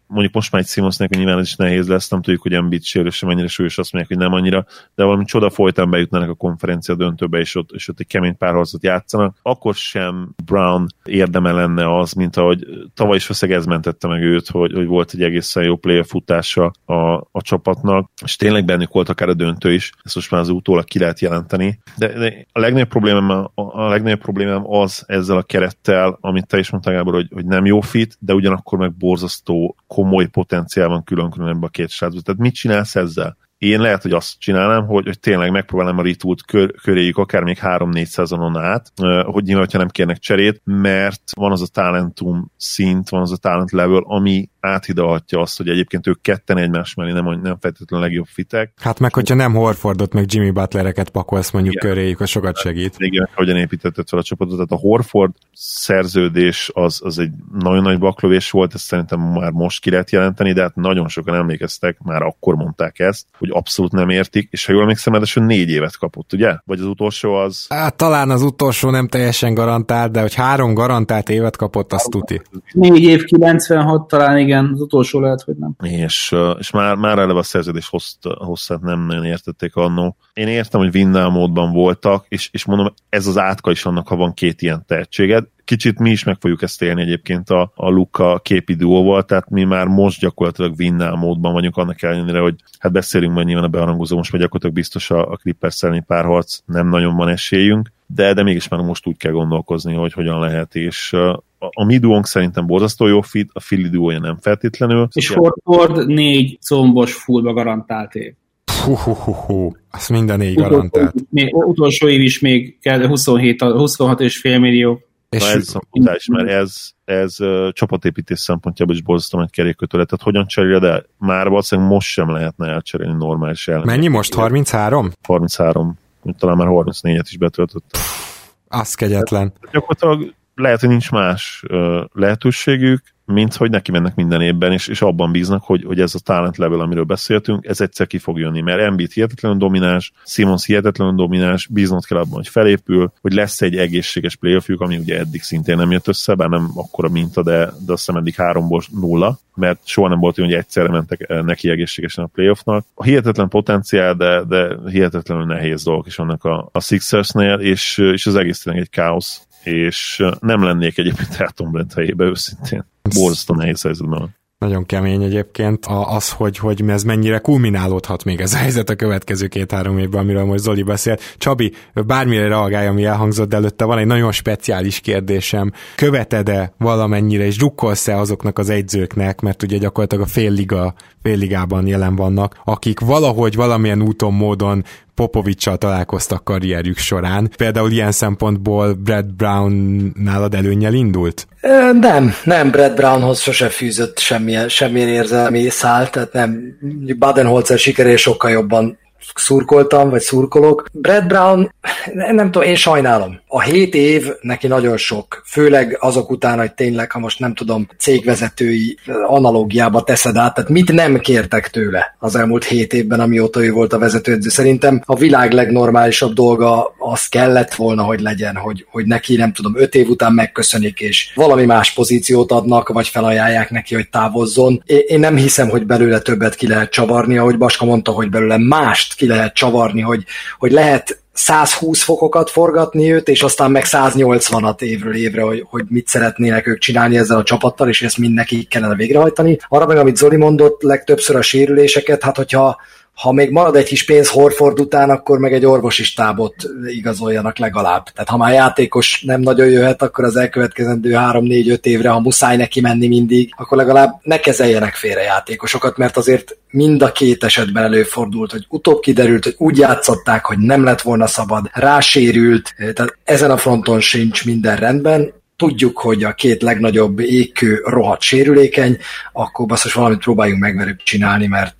Speaker 3: mondjuk most már egy Simmonsnek, hogy nyilván ez is nehéz lesz, nem tudjuk, hogy Embiid sérülése mennyire súlyos, azt mondják, hogy nem annyira, de valami csoda folytán bejutnának a konferencia döntőbe, és ott, és ott egy kemény párharcot játszanak, akkor sem Brown érdeme lenne az, mint ahogy tavaly is összeg ez mentette meg őt, hogy, hogy volt egy egészen jó player futása a, a csapatnak, és tényleg bennük volt akár a döntő is, ezt most már az utólag ki lehet jelenteni. De, de a legnagyobb problémám, a, a legnagyobb problémám az ezzel a kerettel, amit te is mondtál, Gábor, hogy, hogy nem jó fit, de ugyanakkor meg borzasztó komoly potenciál van külön-külön ebben a két srácban. Tehát mit csinálsz ezzel? Én lehet, hogy azt csinálnám, hogy, hogy tényleg megpróbálnám a retoolt kör, köréjük akár még három-négy szezonon át, hogy nyilván, hogyha nem kérnek cserét, mert van az a talentum szint, van az a talent level, ami áthidalhatja azt, hogy egyébként ők ketten egymás mellé nem, nem feltétlenül legjobb fitek.
Speaker 2: Hát meg, hogyha nem Horfordot, meg Jimmy Butlereket pakolsz mondjuk igen. köréjük, az sokat segít.
Speaker 3: Igen, hogyan építetted fel a csapatot. Tehát a Horford szerződés az, az egy nagyon nagy baklövés volt, ezt szerintem már most ki lehet jelenteni, de hát nagyon sokan emlékeztek, már akkor mondták ezt, hogy abszolút nem értik, és ha jól emlékszem, ráadásul négy évet kapott, ugye? Vagy az utolsó az...
Speaker 2: Hát talán az utolsó nem teljesen garantált, de hogy három garantált évet kapott, azt tuti.
Speaker 5: Négy év kilencvenhat talán, igen, az utolsó lehet, hogy nem.
Speaker 3: És, és már, már eleve a szerződés hosszát nem nagyon értették annó. Én értem, hogy win-now módban voltak, és, és mondom, ez az átka is annak, ha van két ilyen tehetséged. Kicsit mi is meg fogjuk ezt élni egyébként a, a Luka képi duóval, tehát mi már most gyakorlatilag win-now módban vagyunk, annak ellenére, hogy hát beszélünk majd nyilván a beharangozó, most már gyakorlatilag biztos a, a Clippers elleni párharc, nem nagyon van esélyünk, de, de mégis már most úgy kell gondolkozni, hogy hogyan lehet, és a, a mi duónk szerintem borzasztó jó fit, a Philly duója nem feltétlenül.
Speaker 5: És Horford négy combos fullba garantált év.
Speaker 2: Hú, hú, hú, hú. Azt minden négy garantált.
Speaker 5: Még, utolsó év is még kell, huszonhét, huszonhat és fél millió.
Speaker 3: És na ez szakutás, mert ez, ez uh, csapatépítés szempontjából is borzasztó nagy kerékkötő lett. Tehát hogyan cseréled el? Már valószínűleg most sem lehetne elcserélni normális ellen.
Speaker 2: Mennyi most? harminchárom?
Speaker 3: harminchárom. Talán már harmincnégyet is betöltött.
Speaker 2: Az kegyetlen.
Speaker 3: Tehát, gyakorlatilag lehet, hogy nincs más uh, lehetőségük, mint hogy neki mennek minden évben, és, és abban bíznak, hogy, hogy ez a talent level, amiről beszéltünk, ez egyszer ki fog jönni, mert Embiid hihetetlenül domináns, Simmons hihetetlenül domináns, bíznod kell abban, hogy felépül, hogy lesz egy egészséges playoffjuk, ami ugye eddig szintén nem jött össze, bár nem akkora minta, de, de azt hiszem eddig háromból nulla, mert soha nem volt olyan, hogy egyszerre mentek neki egészségesen a playoffnak. A hihetetlen potenciál, de, de hihetetlenül nehéz dolgok is vannak a, a Sixersnél, és, és az egész tényleg egy káosz, és nem lennék egyébként Elton Brand helyébe őszintén. Borzasztó nehéz helyzetben van.
Speaker 2: Nagyon kemény egyébként az, hogy, hogy ez mennyire kulminálódhat még ez a helyzet a következő két-három évben, amiről most Zoli beszélt. Csabi, bármire reagálj, ami elhangzott, de előtte van egy nagyon speciális kérdésem. Követed-e valamennyire, és drukkolsz-e azoknak az egyzőknek, mert ugye gyakorlatilag a fél liga, fél ligában jelen vannak, akik valahogy, valamilyen úton, módon Popovics-sal találkoztak karrierjük során. Például ilyen szempontból Brad Brown nálad előnnyel indult?
Speaker 4: Nem, nem, Brad Brownhoz sose fűzött semmilyen, semmilyen érzelmi szál, tehát nem, Baden-Holzer sikeré sokkal jobban szurkoltam, vagy szurkolok. Brad Brown, nem tudom, én sajnálom. A hét év neki nagyon sok, főleg azok után, hogy tényleg, ha most nem tudom, cégvezetői analógiába teszed át, tehát mit nem kértek tőle az elmúlt hét évben, amióta ő volt a vezetőedző. Szerintem a világ legnormálisabb dolga az kellett volna, hogy legyen, hogy, hogy neki, nem tudom, öt év után megköszönik, és valami más pozíciót adnak, vagy felajánlják neki, hogy távozzon. Én nem hiszem, hogy belőle többet ki lehet csavarni, ahogy Baska mondta, hogy belőle mást ki lehet csavarni, hogy, hogy lehet százhúsz fokokat forgatni őt, és aztán meg száznyolcvanat évről évre, hogy, hogy mit szeretnének ők csinálni ezzel a csapattal, és ezt mind nekik kellene végrehajtani. Arra meg, amit Zoli mondott, legtöbbször a sérüléseket, hát hogyha ha még marad egy kis pénz Horford után, akkor meg egy orvosi stábot igazoljanak legalább. Tehát ha már játékos nem nagyon jöhet, akkor az elkövetkezendő három-négy-öt évre, ha muszáj neki menni mindig, akkor legalább ne kezeljenek félre játékosokat, mert azért mind a két esetben előfordult, hogy utóbb kiderült, hogy úgy játszották, hogy nem lett volna szabad, rásérült, tehát ezen a fronton sincs minden rendben. Tudjuk, hogy a két legnagyobb égkő rohadt sérülékeny, akkor basszus valamit próbáljunk meg velük csinálni, mert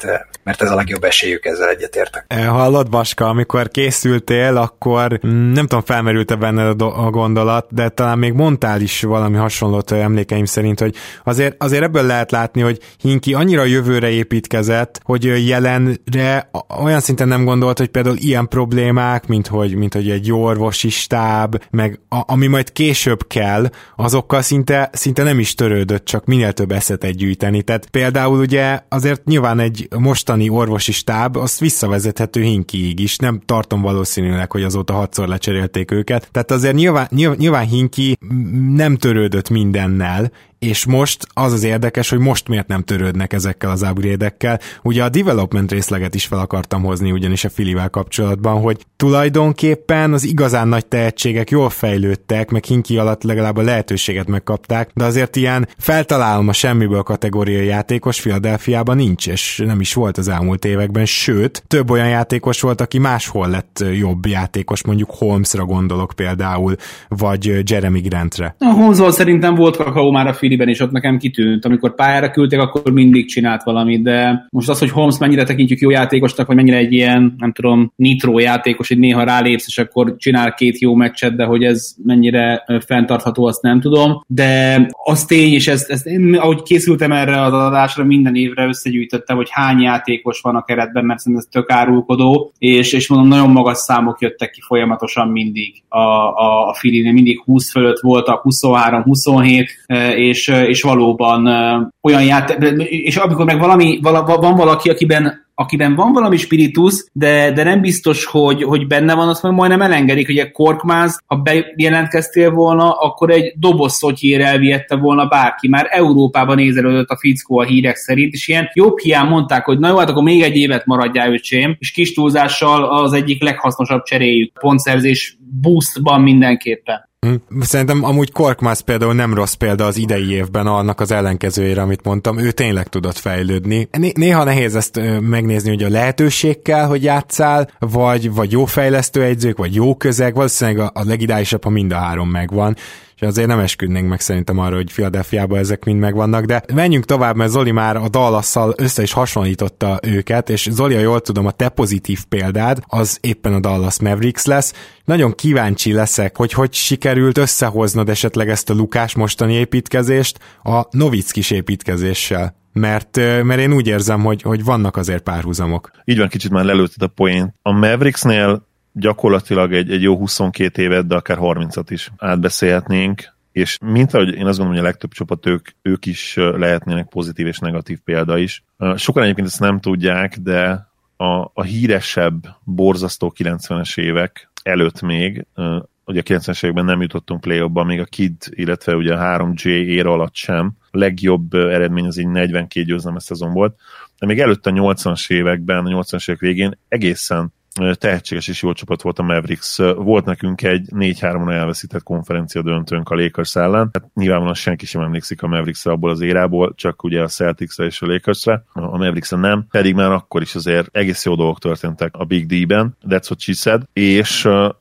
Speaker 4: mert ez a legjobb esélyük, ezzel egyetértek.
Speaker 2: Hallod, Vaska, amikor készültél, akkor nem tudom, felmerült-e benned a gondolat, de talán még mondtál is valami hasonlót emlékeim szerint, hogy azért, azért ebből lehet látni, hogy Hinkie annyira jövőre építkezett, hogy jelenre olyan szinten nem gondolt, hogy például ilyen problémák, mint hogy, mint hogy egy jó orvosi stáb, meg a, ami majd később kell, azokkal szinte, szinte nem is törődött, csak minél több eszetet gyűjteni. Tehát például ugye azért nyilván egy mostani orvosi stáb, azt visszavezethető Hinkiig is, nem tartom valószínűleg, hogy azóta hatszor lecserélték őket. Tehát azért nyilván, nyilván Hinkie nem törődött mindennel, és most az az érdekes, hogy most miért nem törődnek ezekkel az upgrade-ekkel. Ugye a development részleget is fel akartam hozni ugyanis a Phillyvel kapcsolatban, hogy tulajdonképpen az igazán nagy tehetségek jól fejlődtek, meg Hinkie alatt legalább a lehetőséget megkapták, de azért ilyen feltalálom a semmiből kategóriai játékos Philadelphiában nincs, és nem is volt az elmúlt években, sőt, több olyan játékos volt, aki máshol lett jobb játékos, mondjuk Holmesra gondolok például, vagy Jeremy Grantre.
Speaker 5: A Holmesról szerintem volt kakaó már a Phillyben, és ott nekem kitűnt. Amikor pályára küldték, akkor mindig csinált valamit, de most az, hogy Holmes mennyire tekintjük jó játékosnak, vagy mennyire egy ilyen, nem tudom, nitro játékos, hogy néha rálépsz, és akkor csinál két jó meccset, de hogy ez mennyire fenntartható, azt nem tudom. De az tény, és ezt, ezt én, ahogy készültem erre az adásra, minden évre összegyűjtöttem, hogy hány játékos van a keretben, mert szerintem ez tök árulkodó, és, és mondom, nagyon magas számok jöttek ki folyamatosan mindig. A, a, a Phillynél mindig húsz fölött voltak, huszonhárom huszonhét, és, és valóban olyan játék, és amikor meg valami, vala, van valaki, akiben akiben van valami spiritus, de, de nem biztos, hogy, hogy benne van, azt meg majdnem elengedik, hogy egy Korkmaz, ha bejelentkeztél volna, akkor egy doboz szotyér elvihette volna bárki. Már Európában nézelődött a fickó a hírek szerint, és ilyen jobb hiány mondták, hogy na jó, hát akkor még egy évet maradjál, öcsém, és kis túlzással az egyik leghasznosabb cseréjük, pontszerzés boostban mindenképpen.
Speaker 2: Szerintem amúgy Korkmaz például nem rossz példa az idei évben annak az ellenkezőjére, amit mondtam, ő tényleg tudott fejlődni. Néha nehéz ezt megnézni, hogy a lehetőség kell, hogy játsszál, vagy, vagy jó fejlesztő egyzők, vagy jó közeg, valószínűleg a, a legideálisabb, ha mind a három megvan. És azért nem esküdnénk meg szerintem arra, hogy Philadelphiában ezek mind megvannak, de menjünk tovább, mert Zoli már a Dallasszal össze is hasonlította őket, és Zoli, ha jól tudom, a te pozitív példád az éppen a Dallas Mavericks lesz. Nagyon kíváncsi leszek, hogy hogy sikerült összehoznod esetleg ezt a Lukás mostani építkezést a Nowitzkis építkezéssel. Mert, mert én úgy érzem, hogy, hogy vannak azért párhuzamok.
Speaker 3: Így van, kicsit már lelőtted a poént. A Mavericksnél gyakorlatilag egy, egy jó huszonkét évet, de akár harmincat is átbeszélhetnénk, és mint ahogy én azt gondolom, hogy a legtöbb csapat ők, ők is lehetnének pozitív és negatív példa is. Sokan egyébként ezt nem tudják, de a, a híresebb, borzasztó kilencvenes évek előtt még, ugye a kilencvenes években nem jutottunk play-offba, még a Kid, illetve ugye a három J éra alatt sem. A legjobb eredmény az így negyvenkét győzelmes szezon volt, de még előtte a nyolcvanas években, a nyolcvanas évek végén egészen tehetséges és jó csapat volt a Mavericks. Volt nekünk egy négy háromra elveszített konferencia döntőnk a Lakers ellen. Hát nyilvánvalóan senki sem emlékszik a Mavericksre abból az érából, csak ugye a Celticsre és a Lakersre. A Mavericksre nem. Pedig már akkor is azért egész jó dolgok történtek a Big D-ben. That's what she said. És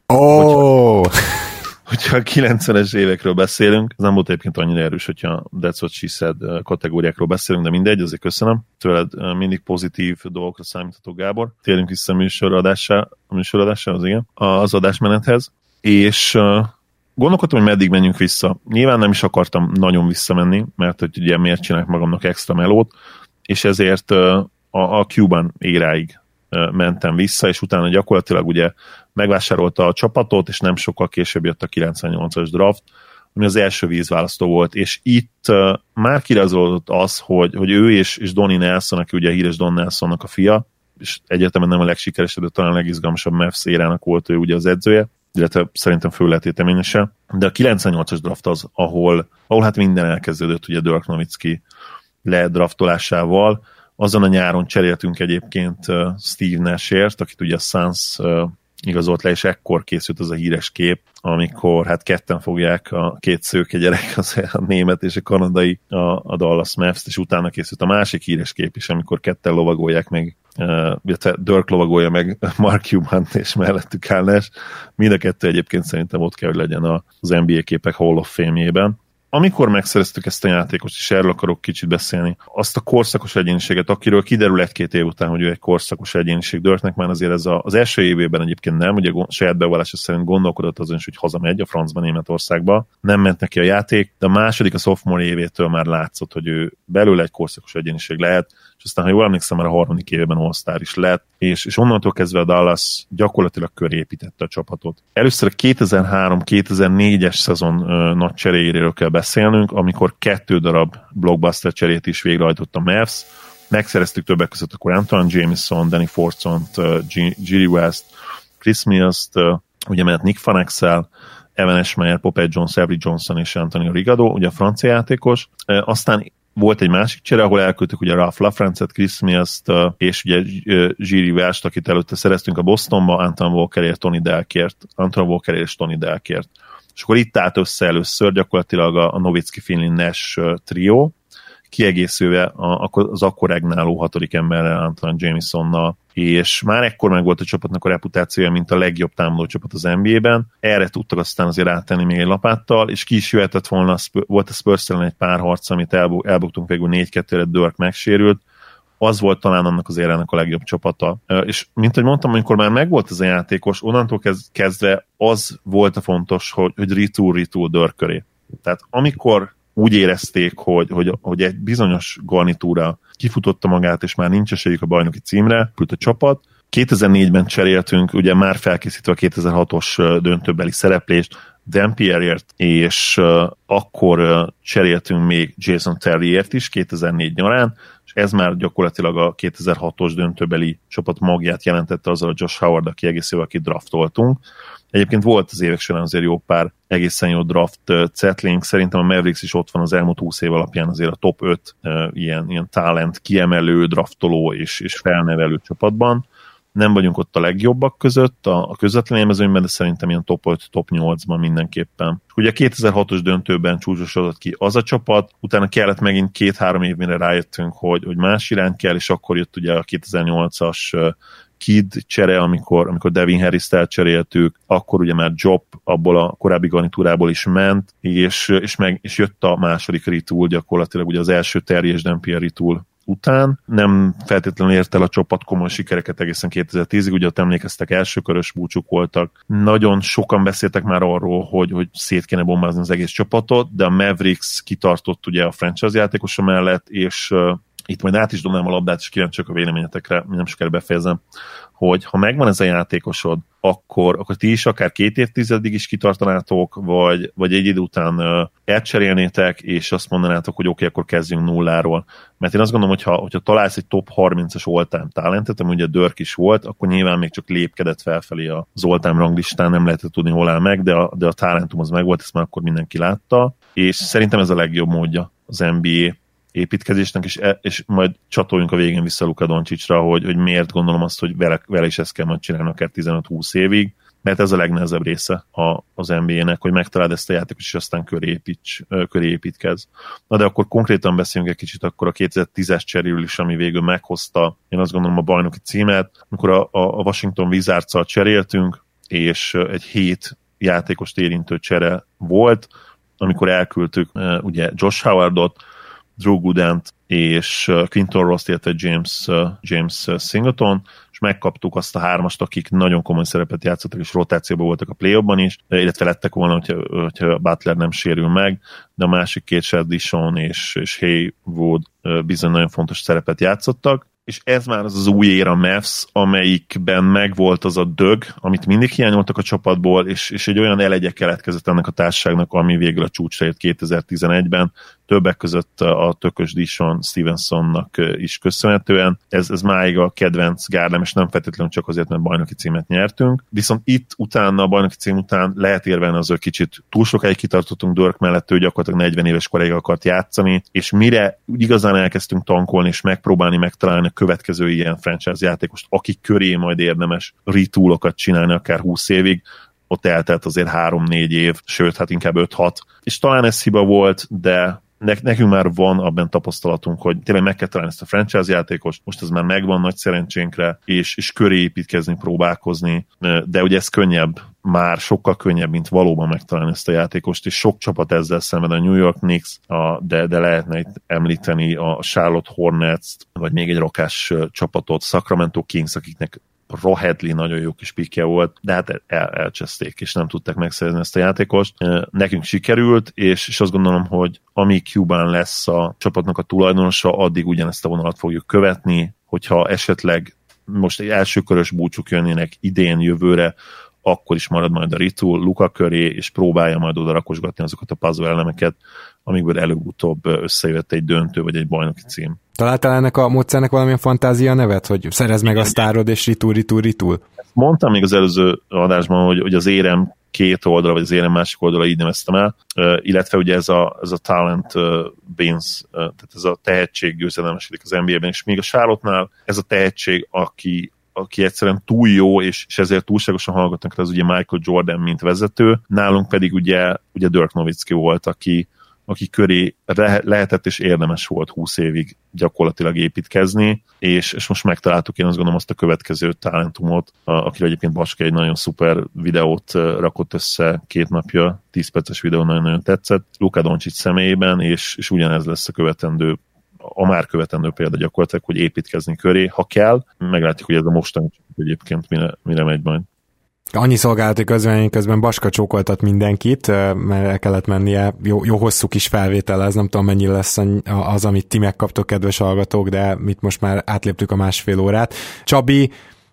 Speaker 2: oh.
Speaker 3: hogyha, hogyha a kilencvenes évekről beszélünk, ez nem volt egyébként annyira erős, hogyha That's what she said kategóriákról beszélünk, de mindegy, azért köszönöm. Tőled mindig pozitív dolgokra számítható, Gábor. Térjünk vissza a műsoradásra, a műsoradásra, az igen, az adásmenethez. És gondolkodtam, hogy meddig menjünk vissza. Nyilván nem is akartam nagyon visszamenni, mert hogy ugye miért csinálják magamnak extra melót, és ezért a, a Cuban éráig mentem vissza, és utána gyakorlatilag ugye megvásárolta a csapatot, és nem sokkal később jött a kilencvennyolcas draft, ami az első vízválasztó volt, és itt uh, már kirajzolódott az, hogy, hogy ő és, és Donnie Nelson, aki ugye a híres Don Nelsonnak a fia, és egyértelműen nem a legsikeresebb, de talán a legizgalmasabb Mavs érának volt ő ugye az edzője, illetve szerintem főletéteményese, de a kilencvennyolcas draft az, ahol, ahol hát minden elkezdődött ugye Dirk Nowitzki ledraftolásával. Azon a nyáron cseréltünk egyébként uh, Steve Nashért, akit ugye a Suns uh, igazolt le, és ekkor készült az a híres kép, amikor hát ketten fogják a két szőke gyerek, az a német és a kanadai a, a Dallas Mavs-t, és utána készült a másik híres kép is, amikor ketten lovagolják meg, illetve Dirk lovagolja meg Mark Cuban, és mellettük áll Nash. Mind a kettő egyébként szerintem ott kell, hogy legyen az en bé á képek Hall of Fame-jében. amikor megszereztük ezt a játékost, és erről akarok kicsit beszélni, azt a korszakos egyéniséget, akiről kiderül egy-két év után, hogy ő egy korszakos egyéniség, Dirknek már azért ez a, az első évében egyébként nem, ugye saját bevallása szerint gondolkodott azon is, hogy hazamegy a francba, Németországba, nem ment neki a játék, de a második, a sophomore évétől már látszott, hogy ő belőle egy korszakos egyéniség lehet, és aztán, ha jól emlékszem, már a harmadik évben All-Star is lett, és, és onnantól kezdve a Dallas gyakorlatilag köré építette a csapatot. Először a kétezer-három kétezer-négyes szezon ö, nagy cseréjéről kell beszélnünk, amikor kettő darab blockbuster cserét is végrehajtott a Mavs. Megszereztük többek között akkor Antoine Jamison, Danny Fortsont, uh, Jerry West, Chris Mills-t, uh, ugye mert Nick Van Exel, Evan Eschmeyer, Popeye Jones, Avery Johnson és Antonio Rigado, ugye a francia játékos. Uh, aztán volt egy másik csere, ahol elküldtük ugye Ralph LaFrance-et, Chris Mills-t, uh, és ugye Jerry West, akit előtte szereztünk a Bostonba, Anton Walkerért, Tony Delkért, Anton Walkerért és Tony Delkért. És akkor itt állt össze először gyakorlatilag a, a Nowitzki, Finley, Nash uh, trió, kiegészülve a, az akkor regnáló hatodik emberrel, Antoine Jamesonnal, és már ekkor meg volt a csapatnak a reputációja, mint a legjobb támadó csapat az en bé á-ben. Erre tudtak aztán azért rátenni még egy lapáttal, és ki is jöhetett volna, volt a Spurs ellen egy pár harc, amit elbuktunk végül négy kettőre, Dirk megsérült, az volt talán annak az érának a legjobb csapata. És mint ahogy mondtam, amikor már megvolt ez a játékos, onnantól kezdve az volt a fontos, hogy, hogy retool, retool Dirk köré. Tehát amikor úgy érezték, hogy, hogy, hogy egy bizonyos garnitúra kifutotta magát, és már nincs esélyük a bajnoki címre, pult a csapat. kétezer-négyben cseréltünk, ugye már felkészítve a kétezer-hatos döntőbeli szereplést, Dan Pierre-ért, és uh, akkor uh, cseréltünk még Jason Terryért is kétezer-négy nyarán, és ez már gyakorlatilag a kétezer-hatos döntőbeli csapat magját jelentette azzal a Josh Howard, aki egészével, akit draftoltunk. Egyébként volt az évek során azért jó pár egészen jó draft cetlénk, szerintem a Mavericks is ott van az elmúlt húsz év alapján azért a top öt uh, ilyen, ilyen talent, kiemelő, draftoló és, és felnevelő csapatban. Nem vagyunk ott a legjobbak között a, a közvetlen élmezőnyben, de szerintem ilyen top öt, top nyolcban mindenképpen. Ugye a kétezer-hatos döntőben csúcsosodott ki az a csapat, utána kellett megint két-három év, mire rájöttünk, hogy, hogy más irány kell, és akkor jött ugye a kétezer-nyolcas uh, Kid csere, amikor, amikor Devin Harris-t elcseréltük, akkor ugye már Job abból a korábbi garnitúrából is ment, és, és, meg, és jött a második retool, gyakorlatilag ugye az első Terry és Dan Pierre retool után. Nem feltétlenül ért el a csapat komoly sikereket egészen kétezer-tízig, ugye ott emlékeztek, elsőkörös búcsúk voltak. Nagyon sokan beszéltek már arról, hogy, hogy szét kéne bombázni az egész csapatot, de a Mavericks kitartott ugye a franchise játékosa mellett, és uh, itt majd át is dobnám a labdát, és kíváncsiak a véleményetekre, nem sokára befejezem, hogy ha megvan ez a játékosod, akkor, akkor ti is akár két évtizedig is kitartanátok, vagy, vagy egy idő után uh, elcserélnétek, és azt mondanátok, hogy oké, okay, akkor kezdjünk nulláról. Mert én azt gondolom, hogyha, hogyha találsz egy top harmincas all-time talentet, ami ugye Dirk is volt, akkor nyilván még csak lépkedett felfelé az all-time ranglistán, nem lehetett tudni, hol áll meg, de a, de a talentum az megvolt, ezt már akkor mindenki látta, és szerintem ez a legjobb módja az en bé á építkezésnek, és, és majd csatoljunk a végén vissza Luka Doncsicsra, hogy, hogy miért gondolom azt, hogy vele, vele is ezt kell majd csinálni akár tizenöt-húsz évig, mert ez a legnehezebb része a, az en bé á-nek, hogy megtaláld ezt a játékot, és aztán köré, építs, köré építkez. Na de akkor konkrétan beszéljünk egy kicsit akkor a kétezer-tízes cseréről is, ami végül meghozta, én azt gondolom, a bajnoki címet, amikor a, a Washington Wizards-szal cseréltünk, és egy hét játékost érintő csere volt, amikor elküldtük ugye Josh Howardot, Drew Goodent és Quinton Rost, illetve James, James Singleton, és megkaptuk azt a hármast, akik nagyon komoly szerepet játszottak, és rotációban voltak a play-offban is, illetve lettek volna, hogyha, hogyha Butler nem sérül meg, de a másik két Chad Dishon és, és Haywood bizony nagyon fontos szerepet játszottak, és ez már az az új éra Mavs, amelyikben megvolt az a dög, amit mindig hiányoltak a csapatból, és, és egy olyan elegye keletkezett ennek a társaságnak, ami végül a csúcsra jött kétezer-tizenegyben, többek között a tökös Dishon Stevensonnak is köszönhetően. Ez, ez máig a kedvenc gárdám, és nem feltétlenül csak azért, mert bajnoki címet nyertünk. Viszont itt utána, a bajnoki cím után lehet érvelni az, hogy kicsit túl sokáig kitartottunk Dirk mellett, ő gyakorlatilag negyven éves koráig akart játszani, és mire igazán elkezdtünk tankolni, és megpróbálni megtalálni a következő ilyen franchise játékost, akik köré majd érdemes retoolokat csinálni akár húsz évig, ott eltelt azért három-négy év, sőt, hát inkább öt-hat. És talán ez hiba volt, de nekünk már van abban tapasztalatunk, hogy tényleg meg kell találni ezt a franchise játékost, most ez már megvan nagy szerencsénkre, és, és köré építkezni, próbálkozni, de ugye ez könnyebb, már sokkal könnyebb, mint valóban megtalálni ezt a játékost, és sok csapat ezzel szemben, a New York Knicks, a, de, de lehetne itt említeni a Charlotte Hornets, vagy még egy rakás csapatot, Sacramento Kings, akiknek Rohedli nagyon jó kis pikje volt, de hát el, elcseszték, és nem tudták megszerezni ezt a játékost. Nekünk sikerült, és, és azt gondolom, hogy amíg Cuban lesz a csapatnak a tulajdonosa, addig ugyanezt a vonalat fogjuk követni, hogyha esetleg most egy elsőkörös búcsúk jönnének idén, jövőre, akkor is marad majd a Ritul, Luka köré, és próbálja majd oda rakosgatni azokat a puzzle elemeket, amikből előbb-utóbb összejött egy döntő, vagy egy bajnoki cím.
Speaker 2: Találtál ennek a módszernek valamilyen fantázia nevet, hogy szerez meg a sztárod, és ritul, ritul, ritul? Mondtam
Speaker 3: még az előző adásban, hogy, hogy az érem két oldala, vagy az érem másik oldala, így neveztem el, uh, illetve ugye ez a, ez a talent uh, beans, uh, tehát ez a tehetség győzelemesedik az en bé á-ben, és még a Charlotte-nál ez a tehetség, aki aki egyszerűen túl jó, és, és ezért túlságosan hallgatnak, az ugye Michael Jordan, mint vezető, nálunk pedig ugye, ugye Dirk Nowitzki volt, aki, aki köré lehetett és érdemes volt húsz évig gyakorlatilag építkezni, és, és most megtaláltuk, én azt gondolom, azt a következő talentumot, akire egyébként Baska egy nagyon szuper videót rakott össze két napja, tíz perces videó, nagyon-nagyon tetszett, Luka Doncic személyében, és, és ugyanez lesz a követendő a már követendő példa gyakorlatilag, hogy építkezni köré, ha kell, meglátjuk, hogy ez a mostani egyébként mire, mire megy majd.
Speaker 2: Annyi szolgálati közvélemény közben Baska csókoltat mindenkit, mert el kellett mennie, jó, jó hosszú kis felvétel, ez nem tudom mennyi lesz az, amit ti megkaptok, kedves hallgatók, de mit most már átléptük a másfél órát. Csabi,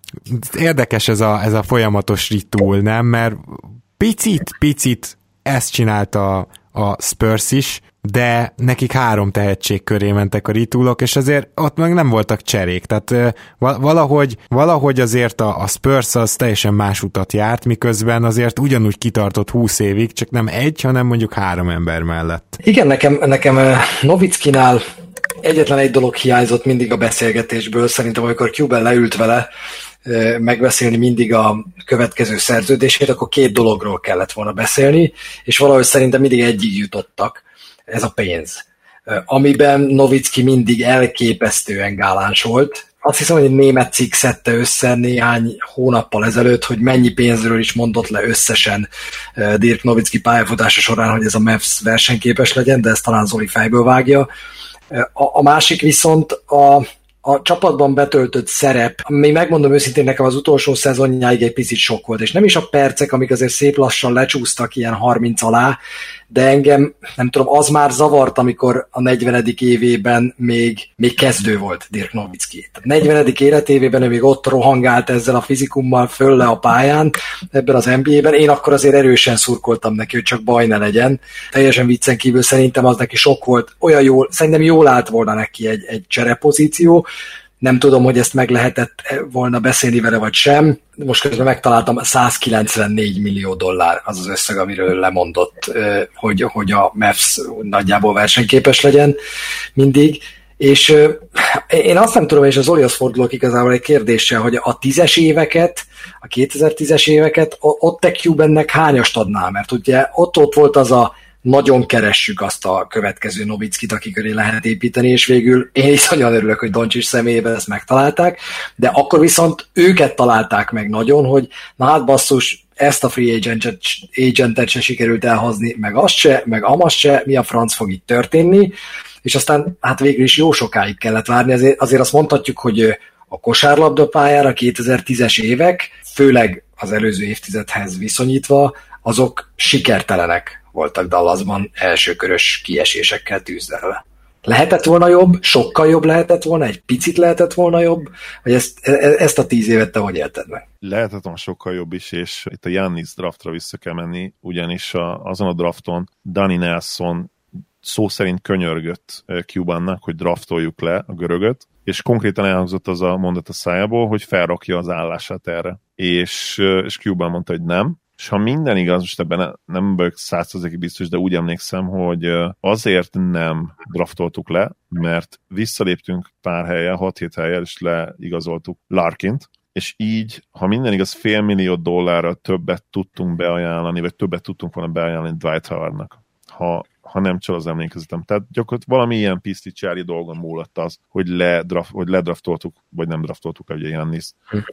Speaker 2: érdekes ez a, ez a folyamatos ritul, nem? Mert picit, picit ezt csinálta a Spurs is, de nekik három tehetség köré mentek a ritulok, és azért ott meg nem voltak cserék, tehát valahogy, valahogy azért a, a Spurs az teljesen más utat járt, miközben azért ugyanúgy kitartott húsz évig, csak nem egy, hanem mondjuk három ember mellett.
Speaker 4: Igen, nekem, nekem Nowitzkinál egyetlen egy dolog hiányzott mindig a beszélgetésből, szerintem amikor Cuban leült vele megbeszélni mindig a következő szerződését, akkor két dologról kellett volna beszélni, és valahogy szerintem mindig egyig jutottak. Ez a pénz, amiben Nowitzki mindig elképesztően gáláns volt. Azt hiszem, hogy egy német cikk szedte össze néhány hónappal ezelőtt, hogy mennyi pénzről is mondott le összesen Dirk Nowitzki pályafutása során, hogy ez a Mavs versenyképes legyen, de ezt talán Zoli fejből vágja. A, a másik viszont a a csapatban betöltött szerep, még megmondom őszintén, nekem az utolsó szezonjáig egy picit sok volt, és nem is a percek, amik azért szép lassan lecsúsztak ilyen harminc alá, de engem, nem tudom, az már zavart, amikor a negyvenedik évében még, még kezdő volt Dirk Nowitzki. A negyvenedik életévében ő még ott rohangált ezzel a fizikummal föl le a pályán ebben az en bé á-ben. Én akkor azért erősen szurkoltam neki, hogy csak baj ne legyen. Teljesen viccen kívül szerintem az neki sok volt. Olyan jól, szerintem jól állt volna neki egy, egy cserepozíció. Nem tudom, hogy ezt meg lehetett volna beszélni vele, vagy sem. Most közben megtaláltam, százkilencvennégy millió dollár az az összeg, amiről lemondott, hogy, hogy a Mavs nagyjából versenyképes legyen mindig. És én azt nem tudom, és az Zolihoz fordulok igazából egy kérdéssel, hogy a tízes éveket, a kétezer-tízes éveket, ott te Cubannek hányast adnál? Mert ugye ott, ott volt az a nagyon keressük azt a következő Nowitzkit, aki köré lehet építeni, és végül én is nagyon örülök, hogy Doncic személyében ezt megtalálták, de akkor viszont őket találták meg nagyon, hogy na hát basszus, ezt a free agentet, agentet se sikerült elhozni, meg azt se, meg amaz se, mi a franc fog itt történni, és aztán hát végül is jó sokáig kellett várni, azért, azért azt mondhatjuk, hogy a kosárlabdapályára kétezer-tízes évek, főleg az előző évtizedhez viszonyítva, azok sikertelenek voltak Dallasban elsőkörös kiesésekkel tűzdelve. Lehetett volna jobb, sokkal jobb lehetett volna, egy picit lehetett volna jobb, vagy ezt, ezt a tíz évet te hogy élted meg?
Speaker 3: Lehetett volna sokkal jobb is, és itt a Giannis draftra vissza kell menni, ugyanis a, azon a drafton Danny Nelson szó szerint könyörgött Cubannak, hogy draftoljuk le a görögöt, és konkrétan elhangzott az a mondat a szájából, hogy felrakja az állását erre. És, és Cuban mondta, hogy nem, és ha minden igaz, most ebben nem vagyok száz százalékig biztos, de úgy emlékszem, hogy azért nem draftoltuk le, mert visszaléptünk pár helyen, hat-hét helyen, és leigazoltuk Larkint, és így, ha minden igaz, fél millió dollárra többet tudtunk beajánlani, vagy többet tudtunk volna beajánlani Dwight Howardnak. Ha ha nem csal az emlékezetem. Tehát gyakorlatilag valami ilyen piszticsári dolgon múlott az, hogy, ledraft, hogy ledraftoltuk, vagy nem draftoltuk ugye Giannis.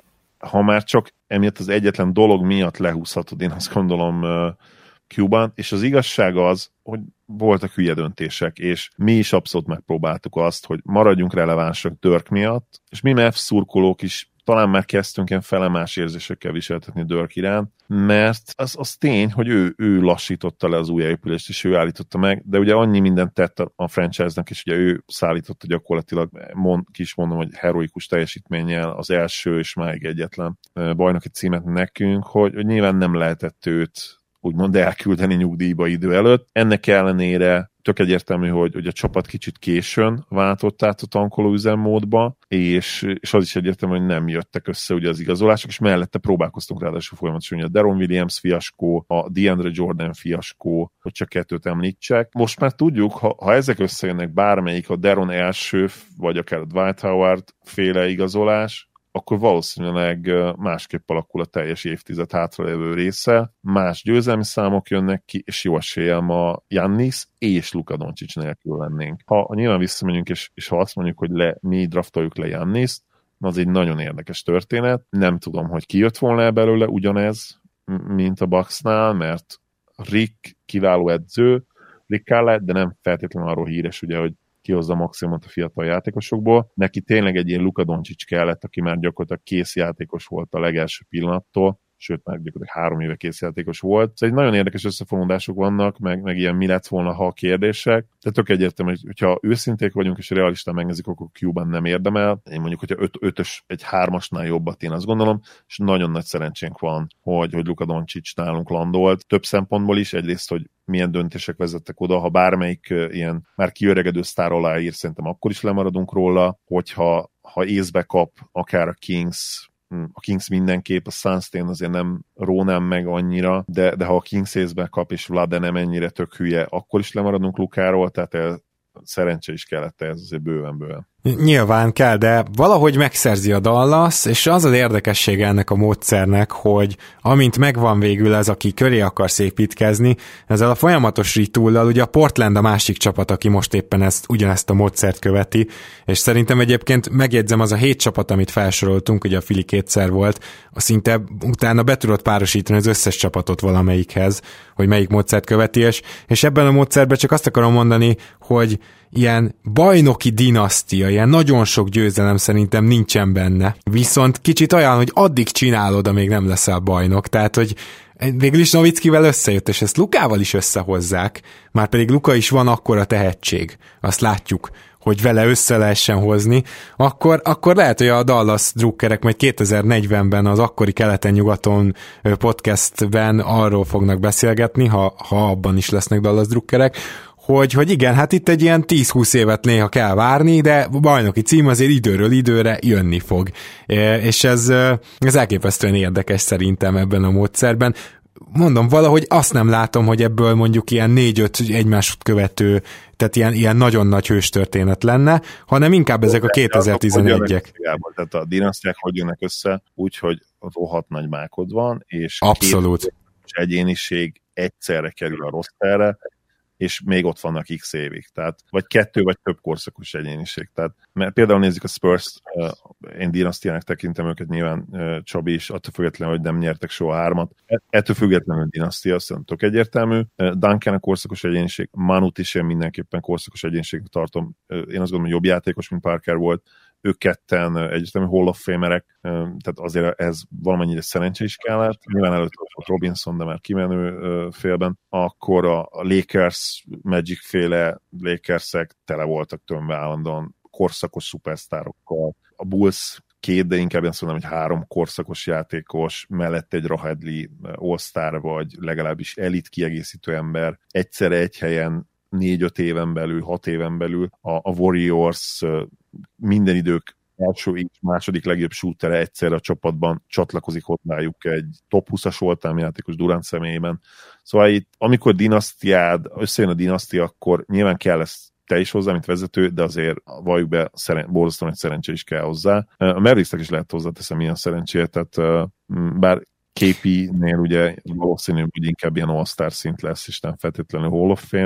Speaker 3: Ha már csak emiatt az egyetlen dolog miatt lehúzhatod, én azt gondolom uh, Q-ban, és az igazság az, hogy voltak hülye döntések, és mi is abszolút megpróbáltuk azt, hogy maradjunk relevánsak Dirk miatt, és mi Mavs szurkolók is talán már kezdtünk ilyen felemás érzésekkel viseltetni Dirk iránt, mert az, az tény, hogy ő, ő lassította le az újjáépülést, és ő állította meg, de ugye annyi mindent tett a franchise-nak, és ugye ő szállította gyakorlatilag, mond, ki is mondom, hogy heroikus teljesítménnyel az első és máig egyetlen bajnoki címet nekünk, hogy, hogy nyilván nem lehetett őt úgymond elküldeni nyugdíjba idő előtt. Ennek ellenére tök egyértelmű, hogy, hogy a csapat kicsit későn váltott át a tankoló üzemmódba, és, és az is egyértelmű, hogy nem jöttek össze ugye az igazolások, és mellette próbálkoztunk ráadásul folyamatosan, hogy a Deron Williams fiaskó, a DeAndre Jordan fiaskó, hogy csak kettőt említsek. Most már tudjuk, ha, ha ezek összejönnek, bármelyik a Deron első, vagy akár a Dwight Howard féle igazolás, akkor valószínűleg másképp alakul a teljes évtized hátralévő része, más győzelmi számok jönnek ki, és jó eséllyel ma Giannis és Luka Doncic nélkül lennénk. Ha nyilván visszamegyünk, és, és ha azt mondjuk, hogy le, mi draftoljuk le Giannist, az egy nagyon érdekes történet. Nem tudom, hogy ki jött volna belőle ugyanez, mint a Bucksnál, mert Rick kiváló edző, Rick Carlisle, de nem feltétlenül arról híres, ugye, hogy kihozza a maximumot a fiatal játékosokból. Neki tényleg egy ilyen Luka Doncic kellett, aki már gyakorlatilag kész játékos volt a legelső pillanattól, sőt, már gyakorlatilag három éve kész játékos volt. Szóval egy nagyon érdekes összefonódások vannak, meg, meg ilyen mi lett volna, ha a kérdések. Tehát tök egyértelmű, hogy hogyha őszinték vagyunk, és realistán megnézik, akkor Q-ban nem érdemel. Én mondjuk, hogyha öt, ötös, egy hármasnál jobbat, én azt gondolom, és nagyon nagy szerencsénk van, hogy, hogy Luka Doncic nálunk landolt. Több szempontból is, egyrészt, hogy milyen döntések vezettek oda, ha bármelyik uh, ilyen már kiöregedő sztár aláír, szerintem akkor is lemaradunk róla, hogyha ha észbe kap akár a Kings, a Kings mindenképp, a Suns-tén azért nem rónám meg annyira, de, de ha a Kings észbe kap, és Vlade nem ennyire tök hülye, akkor is lemaradunk Lukáról, tehát el, szerencse is kellett ez azért bőven-bőven.
Speaker 2: Nyilván kell, de valahogy megszerzi a Dallas, és az az érdekessége ennek a módszernek, hogy amint megvan végül ez, aki köré akarsz építkezni, ezzel a folyamatos ritullal, ugye a Portland a másik csapat, aki most éppen ezt, ugyanezt a módszert követi, és szerintem egyébként megjegyzem, az a hét csapat, amit felsoroltunk, ugye a Fili kétszer volt, a szinte utána be tudod párosítani az összes csapatot valamelyikhez, hogy melyik módszert követi, és, és ebben a módszerben csak azt akarom mondani, hogy ilyen bajnoki dinasztia, ilyen nagyon sok győzelem szerintem nincsen benne. Viszont kicsit olyan, hogy addig csinálod, amíg nem leszel bajnok. Tehát, hogy végül is Novickivel összejött, és ezt Lukával is összehozzák, már pedig Luka is van akkora tehetség. Azt látjuk, hogy vele össze lehessen hozni, akkor, akkor lehet, hogy a Dallas drukkerek majd kétezer-negyvenben az akkori keleten-nyugaton podcastben arról fognak beszélgetni, ha, ha abban is lesznek Dallas drukkerek, Hogy, hogy igen, hát itt egy ilyen tíz-húsz évet néha kell várni, de bajnoki cím azért időről időre jönni fog. És ez, ez elképesztően érdekes szerintem ebben a módszerben. Mondom, valahogy azt nem látom, hogy ebből mondjuk ilyen négy-öt egymást követő, tehát ilyen, ilyen nagyon nagy hőstörténet lenne, hanem inkább ezek a kétezer-tizenegyek.
Speaker 3: Tehát a dinasztiák hogy jönnek össze, úgyhogy rohadt nagy mákod van, és
Speaker 2: abszolút.
Speaker 3: Két egyéniség egyszerre kerül a rosterre, és még ott vannak x évig. Tehát, vagy kettő, vagy több korszakos egyéniség. Tehát, mert például nézzük a Spurs, uh, én dinasztiának tekintem őket nyilván uh, Csabi is, attól függetlenül, hogy nem nyertek soha hármat. Ettől függetlenül dinasztia, azt szerintem tök egyértelmű. Uh, Duncan a korszakos egyéniség, Manut is én mindenképpen korszakos egyéniségnek tartom. Uh, én azt gondolom, hogy jobb játékos, mint Parker volt. Ők ketten egyértelmű Hall of Famerek, tehát azért ez valamennyire szerencse is kellett. Nyilván előtt volt Robinson, de már kimenő félben. Akkor a Lakers, Magic féle Lakersek tele voltak tömve állandóan korszakos szupersztárokkal. A Bulls két, de inkább azt mondom, hogy három korszakos játékos, mellett egy Rahedli all-star, vagy legalábbis elit kiegészítő ember, egyszerre egy helyen négy-öt éven belül, hat éven belül a, a Warriors minden idők első és második legjobb shootere egyszerre a csapatban csatlakozik hozzájuk egy top húszas oltám játékos Durant személyében. Szóval itt, amikor dinasztiád, összejön a dinasztia, akkor nyilván kell ezt te is hozzá, mint vezető, de azért valljuk be, szeren- borzasztóan egy szerencse is kell hozzá. A Mavericksnek is lehet hozzáteszem milyen szerencsére, tehát bár ká pé-nél ugye valószínű, hogy inkább ilyen all-star szint lesz, és nem feltétlenül Hall of Fame,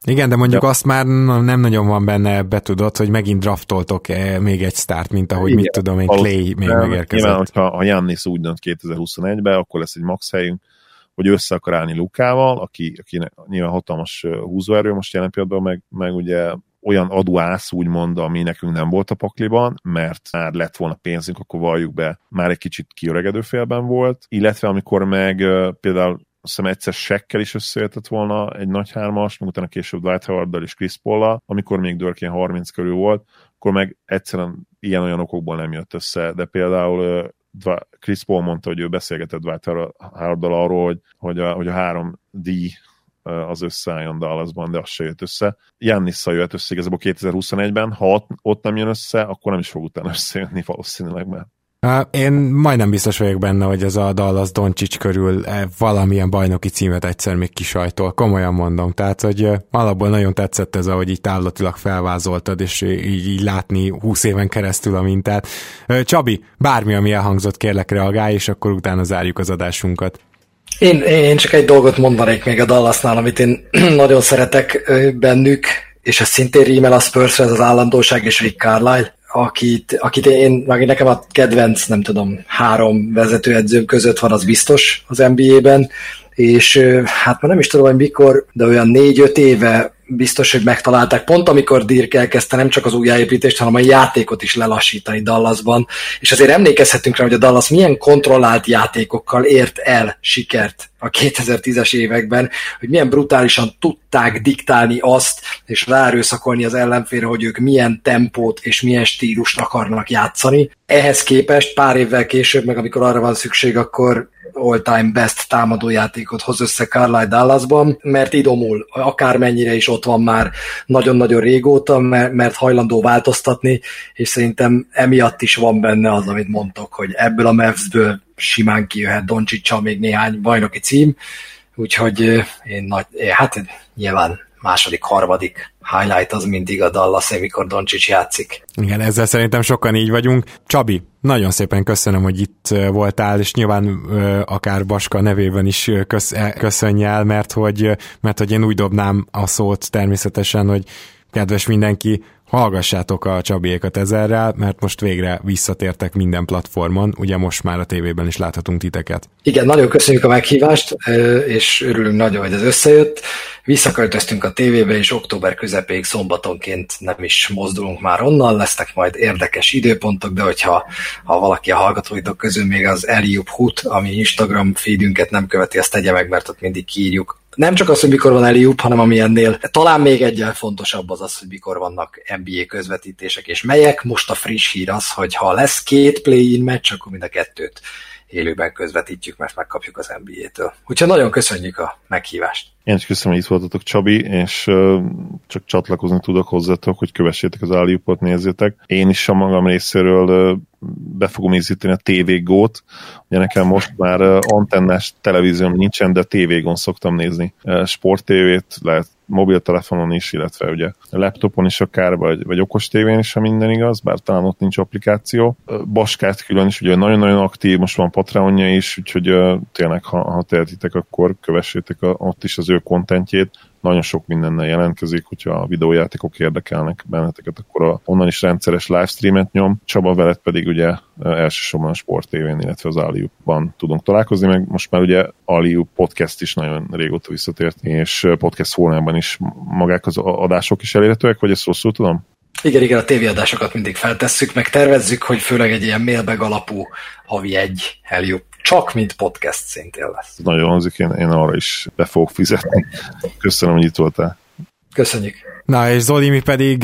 Speaker 2: Igen, de mondjuk
Speaker 3: ja.
Speaker 2: azt már nem nagyon van benne ebbe, tudod, hogy megint draftoltok még egy sztárt, mint ahogy igen, mit tudom én, Clay még megérkezett.
Speaker 3: Nyilván, hogyha a Giannis úgy dönt kétezer-huszonegyben, akkor lesz egy max helyünk, hogy össze akar állni Lukával, aki, aki nyilván hatalmas húzóerő most jelen pillanatban, meg, meg ugye olyan adóász, úgymond, ami nekünk nem volt a pakliban, mert már lett volna pénzünk, akkor valljuk be, már egy kicsit kiöregedő félben volt, illetve amikor meg például azt hiszem egyszer Shaqkel is összejöhetett volna egy nagy hármas, meg utána később Dwight Howarddal és Chris Paul-al, amikor még Dirk harminc körül volt, akkor meg egyszerűen ilyen-olyan okokból nem jött össze, de például Chris Paul mondta, hogy ő beszélgetett Dwight Howarddal arról, hogy, hogy, a, hogy a három D az összeálljon Dallasban, de az se jött össze. Giannissal jött össze igazából kétezer-huszonegyben, ha ott, ott nem jön össze, akkor nem is fog utána összejönni valószínűleg, mert
Speaker 2: én majdnem biztos vagyok benne, hogy ez a Dallas Doncic körül valamilyen bajnoki címet egyszer még kisajtol. Komolyan mondom. Tehát, hogy alapból nagyon tetszett ez, ahogy így távlatilag felvázoltad, és így, így látni húsz éven keresztül a mintát. Csabi, bármi, ami elhangzott, kérlek reagálj, és akkor utána zárjuk az adásunkat.
Speaker 4: Én, én csak egy dolgot mondanék még a Dallasnál, amit én nagyon szeretek bennük, és ez szintén rímel a Spursre, ez az állandóság és Rick Carlisle, akit, akit én, aki nekem a kedvenc, nem tudom, három vezetőedzőm között van, az biztos az en bé á-ben, és hát már nem is tudom, hogy mikor, de olyan négy-öt éve biztos, hogy megtalálták, pont amikor Dirk elkezdte nem csak az újjáépítést, hanem a játékot is lelassítani Dallasban, és azért emlékezhetünk rá, hogy a Dallas milyen kontrollált játékokkal ért el sikert a kétezer-tízes években, hogy milyen brutálisan tudták diktálni azt, és ráerőszakolni az ellenfélre, hogy ők milyen tempót és milyen stílust akarnak játszani. Ehhez képest pár évvel később, meg amikor arra van szükség, akkor all-time best támadójátékot hoz össze Carlisle Dallasban, mert idomul, akármennyire is ott van már nagyon-nagyon régóta, mert hajlandó változtatni, és szerintem emiatt is van benne az, amit mondtok, hogy ebből a Mavsből simán kijöhet Doncsicsal még néhány bajnoki cím, úgyhogy én nagy, hát nyilván második, harmadik highlight az mindig a Dallas, amikor Doncic játszik.
Speaker 2: Igen, ezzel szerintem sokan így vagyunk. Csabi, nagyon szépen köszönöm, hogy itt voltál, és nyilván akár Baska nevében is köszönj el, mert hogy, mert hogy én úgy dobnám a szót természetesen, hogy kedves mindenki, hallgassátok a Csabiékat ezerrel, mert most végre visszatértek minden platformon, ugye most már a tévében is láthatunk titeket.
Speaker 4: Igen, nagyon köszönjük a meghívást, és örülünk nagyon, hogy ez összejött. Visszaköltöztünk a tévébe, és október közepéig szombatonként nem is mozdulunk már onnan, lesznek majd érdekes időpontok, de hogyha ha valaki a hallgatóitok közül még az Eliup Hut, ami Instagram feedünket nem követi, azt tegye meg, mert ott mindig kiírjuk. Nem csak az, hogy mikor van Eliup, hanem ami ennél talán még egyen fontosabb az az, hogy mikor vannak en bé á közvetítések, és melyek. Most a friss hír az, hogy ha lesz két play-in meccs, akkor mind a kettőt élőben közvetítjük, mert megkapjuk az en bé á-től. Úgyhogy nagyon köszönjük a meghívást.
Speaker 3: Én is köszönöm, hogy itt voltatok, Csabi, és uh, csak csatlakozni tudok hozzátok, hogy kövessétek az Alley-oopot, nézzétek. Én is a magam részéről uh, be fogom ízíteni a té vé Go-t. Ugye nekem most már uh, antennás televízióm nincsen, de té vé Go-n szoktam nézni uh, sporttévét, lehet mobiltelefonon is, illetve ugye laptopon is akár, vagy, vagy okos tévén is, ha minden igaz, bár talán ott nincs applikáció. Baskát külön is, ugye nagyon-nagyon aktív, most van Patreonja is, úgyhogy uh, tényleg, ha, ha tehetitek, akkor kövessétek a, ott is az ő kontentjét. Nagyon sok mindennel jelentkezik, hogyha a videójátékok érdekelnek benneteket, akkor a, onnan is rendszeres livestreamet nyom. Csaba veled pedig ugye elsősorban a Sport tévén, illetve az Alley-oopban tudunk találkozni, meg most már ugye Alley-oop podcast is nagyon régóta visszatért, és podcast formában is magák az adások is elérhetőek, vagy ezt rosszul tudom?
Speaker 4: Igen, igen, a tévéadásokat mindig feltesszük, meg tervezzük, hogy főleg egy ilyen mailbag alapú havi egy Alley-oop csak mint podcast szintén lesz.
Speaker 3: Nagyon hangzik, én, én arra is be fogok fizetni. Köszönöm, hogy itt voltál.
Speaker 4: Köszönjük.
Speaker 2: Na és Zoli, mi pedig,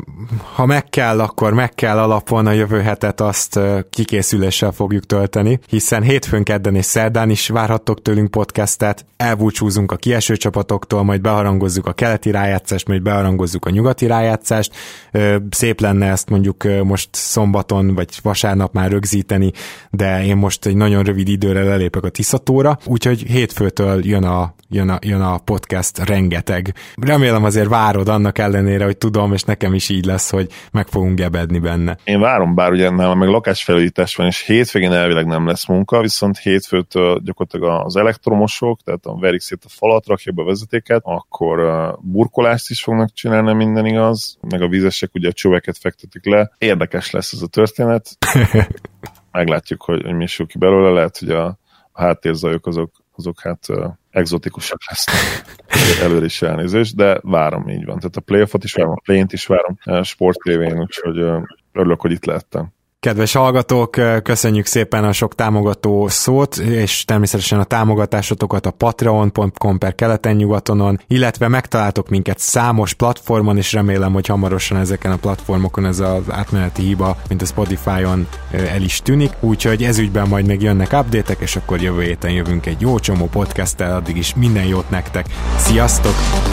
Speaker 2: ha meg kell, akkor meg kell alapon a jövő hetet azt kikészüléssel fogjuk tölteni, hiszen hétfőn, kedden és szerdán is várhattok tőlünk podcastet, elbúcsúzunk a kieső csapatoktól, majd beharangozzuk a keleti rájátszást, majd beharangozzuk a nyugati rájátszást. Szép lenne ezt mondjuk most szombaton vagy vasárnap már rögzíteni, de én most egy nagyon rövid időre lelépek a Tiszatóra, úgyhogy hétfőtől jön a, jön a, jön a podcast rengeteg. Remélem azért várod annak annak ellenére, hogy tudom, és nekem is így lesz, hogy meg fogunk gebedni benne.
Speaker 3: Én várom, bár ugye nálam meg lakásfelújítás van, és hétvégén elvileg nem lesz munka, viszont hétfőtől gyakorlatilag az elektromosok, tehát a verik szét a falat, rakják be a vezetéket, akkor burkolást is fognak csinálni, minden igaz, meg a vízesek ugye a csöveket fektetik le. Érdekes lesz ez a történet. Meglátjuk, hogy, hogy mi is ki belőle, lehet, hogy a, a háttérzajok azok, azok hát uh, egzotikusak lesznek. Előre is elnézés, de várom, így van. Tehát a playoffot is várom, a play-int is várom uh, Sport té vén, úgyhogy uh, örülök, hogy itt lehettem.
Speaker 2: Kedves hallgatók, köszönjük szépen a sok támogató szót, és természetesen a támogatásotokat a patreon pont com per keleten-nyugatonon, illetve megtaláltok minket számos platformon, és remélem, hogy hamarosan ezeken a platformokon ez az átmeneti hiba, mint a Spotify-on el is tűnik, úgyhogy ezügyben majd még jönnek update-ek, és akkor jövő héten jövünk egy jó csomó podcasttel, addig is minden jót nektek. Sziasztok!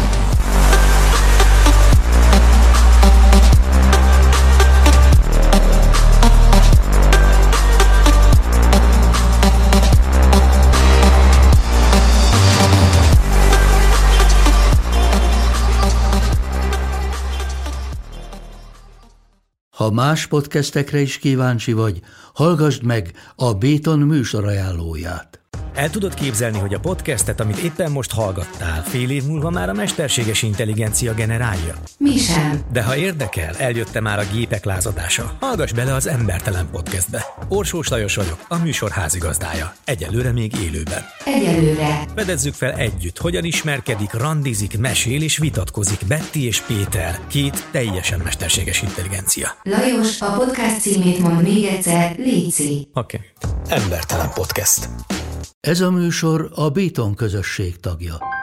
Speaker 6: Ha más podcastekre is kíváncsi vagy, hallgassd meg a Béton műsor ajánlóját.
Speaker 7: El tudod képzelni, hogy a podcastet, amit éppen most hallgattál, fél év múlva már a mesterséges intelligencia generálja?
Speaker 8: Mi sem.
Speaker 7: De ha érdekel, eljött már a gépek lázadása. Hallgass bele az Embertelen Podcastbe. Orsós Lajos vagyok, a műsor házigazdája. Egyelőre még élőben.
Speaker 8: Egyelőre.
Speaker 7: Fedezzük fel együtt, hogyan ismerkedik, randizik, mesél és vitatkozik Betty és Péter, két teljesen mesterséges intelligencia.
Speaker 8: Lajos, a podcast címét mond még egyszer, léci.
Speaker 7: Oké. Okay. Embertelen Podcast.
Speaker 6: Ez a műsor a Béton közösség tagja.